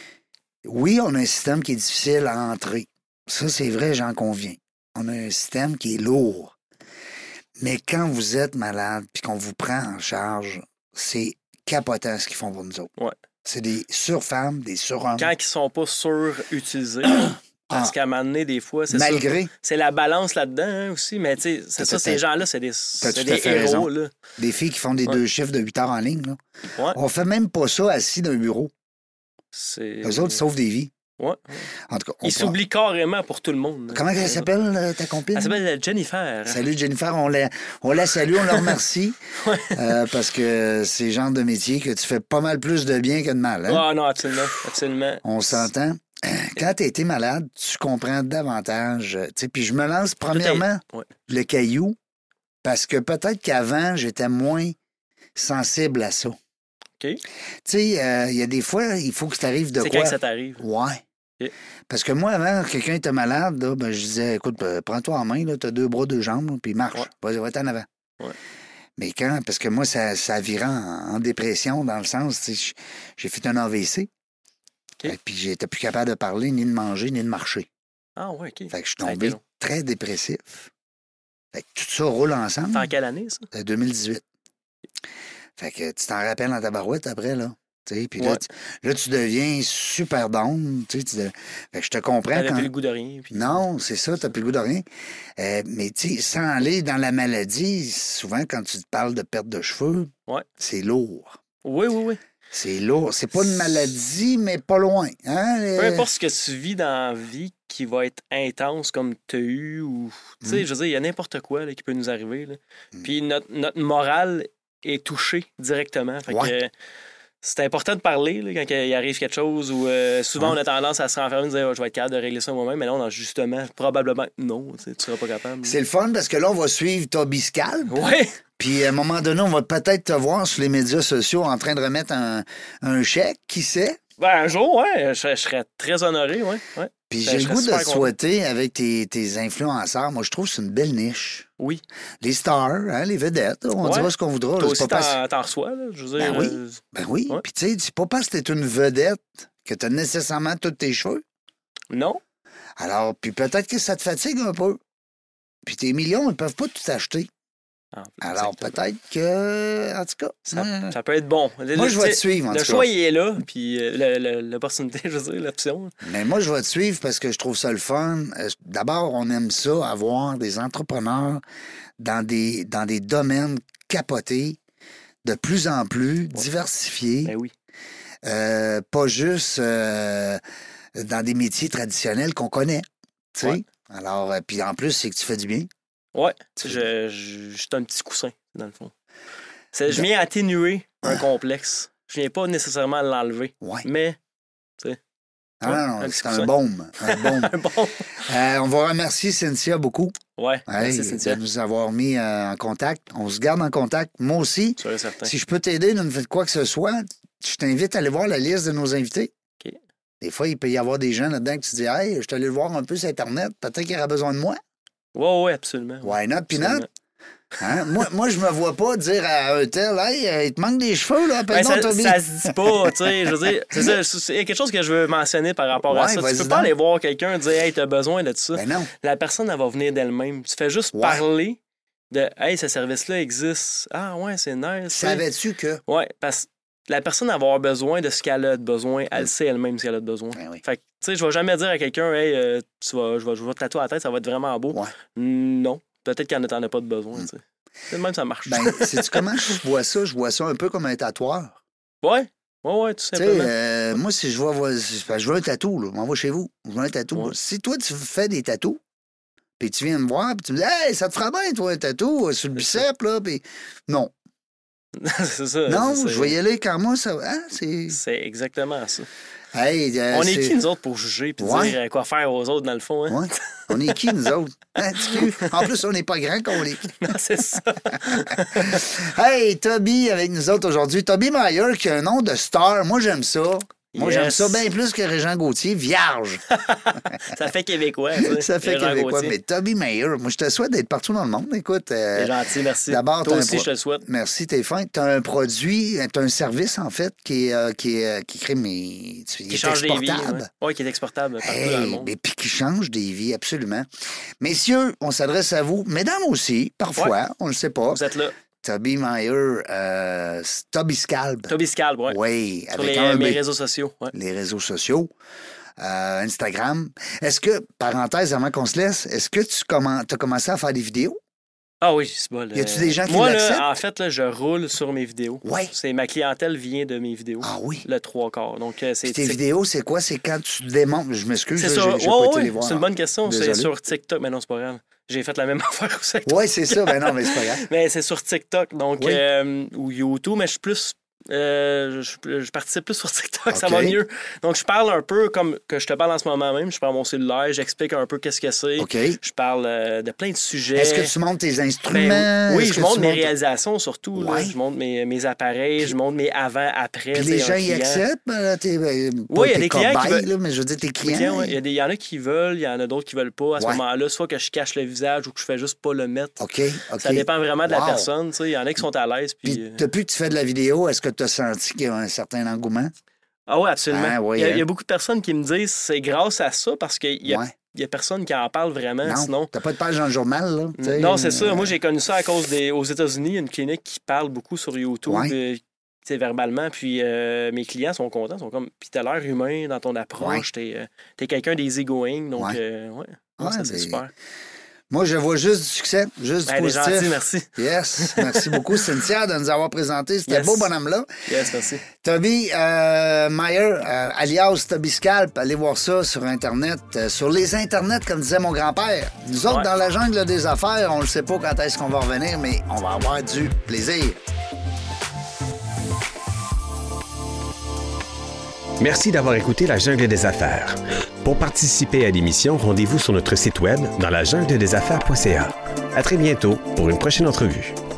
Oui, on a un système qui est difficile à entrer. Ça, c'est vrai, j'en conviens. On a un système qui est lourd. Mais quand vous êtes malade puis qu'on vous prend en charge, c'est capotant ce qu'ils font pour nous autres. Ouais. C'est des surfemmes, des surhommes. Quand ils sont pas surutilisés, parce Ah. qu'à un moment donné, des fois, c'est Malgré. ça. C'est la balance là-dedans hein, aussi, mais tu sais, c'est T'as ça, tout ces à- gens-là, c'est des, T'as c'est tout à des fait héros, raison. là. Des filles qui font des Ouais. deux chiffres de huit heures en ligne. Là. Ouais. On fait même pas ça assis dans un bureau. C'est... Eux autres, ils sauvent des vies. Ouais. En tout cas, on Ils prend- s'oublient carrément pour tout le monde. Comment elle s'appelle, euh, ta copine? Elle s'appelle Jennifer. Salut Jennifer, on la, on la salue, on la remercie. Ouais. euh, parce que c'est le genre de métier que tu fais pas mal plus de bien que de mal. Hein? Ah non, absolument. Absolument. On s'entend. Quand tu as été malade, tu comprends davantage. euh, tu sais, Puis je me lance premièrement Ouais. le caillou parce que peut-être qu'avant, j'étais moins sensible à ça. OK. Tu sais, euh, il y a des fois, il faut que tu arrives de C'est quoi. quand que ça t'arrive. Ouais. OK. Parce que moi, avant, quelqu'un était malade, là, ben, je disais, écoute, euh, prends-toi en main, tu as deux bras, deux jambes, là, puis marche. Ouais. Vas-y, va-t'en avant. Ouais. Mais quand, parce que moi, ça, ça virait en, en dépression, dans le sens, tu sais, j'ai fait un A V C. OK. Et puis j'étais plus capable de parler, ni de manger, ni de marcher. Ah ouais, OK. Fait que je suis Ça a été tombé long. très dépressif. Fait que tout ça roule ensemble. C'est en quelle année, ça? Euh, deux mille dix-huit. Fait que tu t'en rappelles dans ta barouette après, là. Tu sais, Puis là, Ouais. tu- là, tu deviens super down. Tu sais, tu deviens- Fait que je te comprends. T'avais quand... plus le goût de rien. Puis... Non, c'est ça, t'as plus le goût de rien. Euh, mais tu sais, sans aller dans la maladie, souvent, quand tu te parles de perte de cheveux, Ouais. c'est lourd. Oui, oui, oui. C'est lourd. C'est pas une maladie, mais pas loin. Hein? Peu Euh, importe ce que tu vis dans la vie qui va être intense comme tu as eu ou. Tu sais, Mm. je veux dire, il y a n'importe quoi là, qui peut nous arriver. Là. Mm. Puis notre, notre morale est touchée directement. Fait Ouais. que, euh, c'est important de parler là, quand il arrive quelque chose ou euh, souvent Ouais. on a tendance à se renfermer et dire oh, je vais être capable de régler ça moi-même. Mais là, on a justement, probablement, non, tu sais, tu seras pas capable. C'est le fun parce que là, on va suivre Toby Scalp. Ouais! Puis à un moment donné, on va peut-être te voir sur les médias sociaux en train de remettre un, un chèque, qui sait? Ben, un jour, ouais, je, je serais très honoré, ouais. ouais. Puis Ben, j'ai je le goût serais de super te content. souhaiter avec tes, tes influenceurs. Moi, je trouve que c'est une belle niche. Oui. Les stars, hein, les vedettes, on Ouais. dira ce qu'on voudra. là, Toi c'est aussi, pas parce- t'en, t'en reçois, là. Je veux Ben dire. oui. euh, Ben oui. Ouais. Puis tu sais, c'est pas parce que t'es une vedette que t'as nécessairement tous tes cheveux. non. Alors, puis peut-être que ça te fatigue un peu. Puis tes millions, ils peuvent pas tout acheter. Ah, Alors exactement. peut-être que, en tout cas, Ça, moi, ça peut être bon. Le- moi, le- je vais te tu sais, suivre, en Le tout choix, cas. il est là, puis euh, le- le- l'opportunité, je veux dire, l'option. Mais moi, je vais te suivre parce que je trouve ça le fun. Euh, D'abord, on aime ça, avoir des entrepreneurs dans des, dans des domaines capotés, de plus en plus diversifiés. Ben oui. Euh, pas juste euh, dans des métiers traditionnels qu'on connaît. Tu sais? Ouais. Alors, euh, puis en plus, c'est que tu fais du bien. Ouais, tu sais, je, je, je suis un petit coussin, dans le fond. C'est- je viens atténuer un complexe. Je viens pas nécessairement l'enlever. Ouais. Mais, Ah, Ouais, non, non, un petit c'est un coussin. baume. Un baume. bon. Euh, on va remercier Cynthia beaucoup. Ouais, Hey, merci, Cynthia. de nous avoir mis euh, en contact. On se garde en contact. Moi aussi. Sûr et certain. Si je peux t'aider dans fait quoi que ce soit, je t'invite à aller voir la liste de nos invités. OK. Des fois, il peut y avoir des gens là-dedans que tu dis Hey, je suis allé le voir un peu sur Internet, peut-être qu'il aura besoin de moi. Ouais, ouais, absolument. Why not, Pinot? Absolument. Hein? moi, moi, je me vois pas dire à un tel Hey, euh, il te manque des cheveux, là, Ben, appelle-moi ça, Toby. ça se dit pas, tu sais. Je veux dire, c'est ça. c'est- Il y a quelque chose que je veux mentionner par rapport à Ouais, ça. vas-y Tu peux donc. pas aller voir quelqu'un et dire, hey, t'as besoin de ça. Ben non. La personne, elle va venir d'elle-même. Tu fais juste Ouais. parler de, hey, ce service-là existe. Ah, ouais, c'est nice. tu sais. Savais-tu que. Ouais, parce que la personne, elle va avoir besoin de ce qu'elle a de besoin. Elle sait elle-même ce qu'elle a de besoin. Ben oui. Fait que, tu sais, je vais jamais dire à quelqu'un, hey, euh, tu vas, je vais, je vais te tatouer à la tête, ça va être vraiment beau. Ouais. Non. Peut-être qu'elle n'en a pas de besoin, tu sais. C'est de même, ça marche. Ben, sais-tu comment je vois ça? Je vois ça un peu comme un tatoueur. Ouais. Oui, oui, tout simplement. Euh, moi, si je vois, je veux un tatou, là, je m'en vais chez vous. Je veux un tatou. Ouais. Si toi, tu fais des tatous, puis tu viens me voir, puis tu me dis, hey, ça te fera bien, toi, un tatou sur le bicep, là, puis non. c'est ça. Non, c'est je vais y aller quand moi, ça. Hein, c'est... c'est exactement ça. Hey, euh, on est, c'est... qui, nous autres, pour juger et ouais. dire quoi faire aux autres, dans le fond? Hein? Ouais. On est qui, nous autres? Hein, en plus, on n'est pas grand qu'on l'est. Non, c'est ça. Hey, Toby avec nous autres aujourd'hui. Toby Meyer, qui a un nom de star. Moi, j'aime ça. Moi, yes. j'aime ça bien plus que Régent Gauthier, vierge. Ça fait québécois. Ça fait Régent québécois. Gauthier. Mais Toby Meyer, moi, je te souhaite d'être partout dans le monde. Écoute. Euh, c'est gentil, merci. D'abord, toi aussi, pro... je te le souhaite. Merci, t'es fin. Tu as un produit, tu as un service, en fait, qui, est, euh, qui, est, qui crée mes. Qui est change exportable. Des vies. Oui, ouais, qui est exportable partout hey, dans le monde. Et puis qui change des vies, absolument. Messieurs, on s'adresse à vous. Mesdames aussi, parfois, ouais. on ne le sait pas. Vous êtes là. Toby Meyer, euh, Toby Scalb. Toby Scalb, oui. Oui, avec les, un mes réseaux sociaux. Ouais. Les réseaux sociaux. Euh, Instagram. Est-ce que, parenthèse avant qu'on se laisse, est-ce que tu commen- as commencé à faire des vidéos? Ah oui, c'est bon. Y a-tu des gens qui Moi, l'acceptent? Là, en fait, là, je roule sur mes vidéos. Oui. C'est ma clientèle vient de mes vidéos. Ah oui? Le trois quarts. Donc, euh, c'est tes tic... vidéos, c'est quoi? C'est quand tu démontres... Je m'excuse, c'est là, sur... j'ai, j'ai ouais, pas ouais, été les voir. C'est une bonne question. Désolé. C'est sur TikTok. Mais non, c'est pas grave. J'ai fait la même affaire aussi. Oui, c'est ça. Ben non, mais c'est pas grave. Mais c'est sur TikTok, donc, oui. euh, ou YouTube, mais je suis plus... Euh, je, je participe plus sur TikTok, okay. Ça va mieux. Donc, je parle un peu comme que je te parle en ce moment même. Je prends mon cellulaire, j'explique un peu qu'est-ce que c'est. Okay. Je parle euh, de plein de sujets. Est-ce que tu montres tes instruments? Ben, oui, Est-ce je montre mes montres... réalisations surtout. Ouais. Là. Je montre mes, mes appareils, je montre mes avant-après. Puis les gens y acceptent? Ben, t'es, ben, oui, il y a des clients cobayes, qui veulent... là, mais je veux dire, tes clients... clients ouais. il, y a des, il y en a qui veulent, il y en a d'autres qui veulent pas. À ce ouais. moment-là, soit que je cache le visage ou que je fais juste pas le mettre. OK, OK. Ça dépend vraiment de wow. la personne. Il y en a qui sont à l'aise. Puis, puis depuis que tu fais de la vidéo, est-ce que tu as senti qu'il y a un certain engouement? Ah oui, absolument. Ah, oui, il, y a, hein? il y a beaucoup de personnes qui me disent c'est grâce à ça parce qu'il y a, ouais. il y a personne qui en parle vraiment. Non, sinon... t'as pas de page dans le journal, là? T'sais, non, c'est euh... ça. Moi, j'ai connu ça à cause des... Aux États-Unis, il y a une clinique qui parle beaucoup sur YouTube, ouais. euh, verbalement, puis euh, mes clients sont contents, sont comme, puis t'as l'air humain dans ton approche, ouais. t'es, euh, t'es quelqu'un d'easygoing, donc, ouais, euh, ouais. ouais, ouais ça, c'est mais... super. Moi, je vois juste du succès, juste ben, du positif. Gentil, merci. Yes, merci beaucoup, Cynthia, de nous avoir présenté ce yes. beau bonhomme-là. Yes, merci. Toby euh, Meyer, euh, alias Toby Scalb, allez voir ça sur Internet, euh, sur les Internets, comme disait mon grand-père. Nous autres, ouais. dans la jungle des affaires, on ne sait pas quand est-ce qu'on va revenir, mais on va avoir du plaisir. Merci d'avoir écouté La Jungle des Affaires. Pour participer à l'émission, rendez-vous sur notre site web dans la jungle des affaires point c a. À très bientôt pour une prochaine entrevue.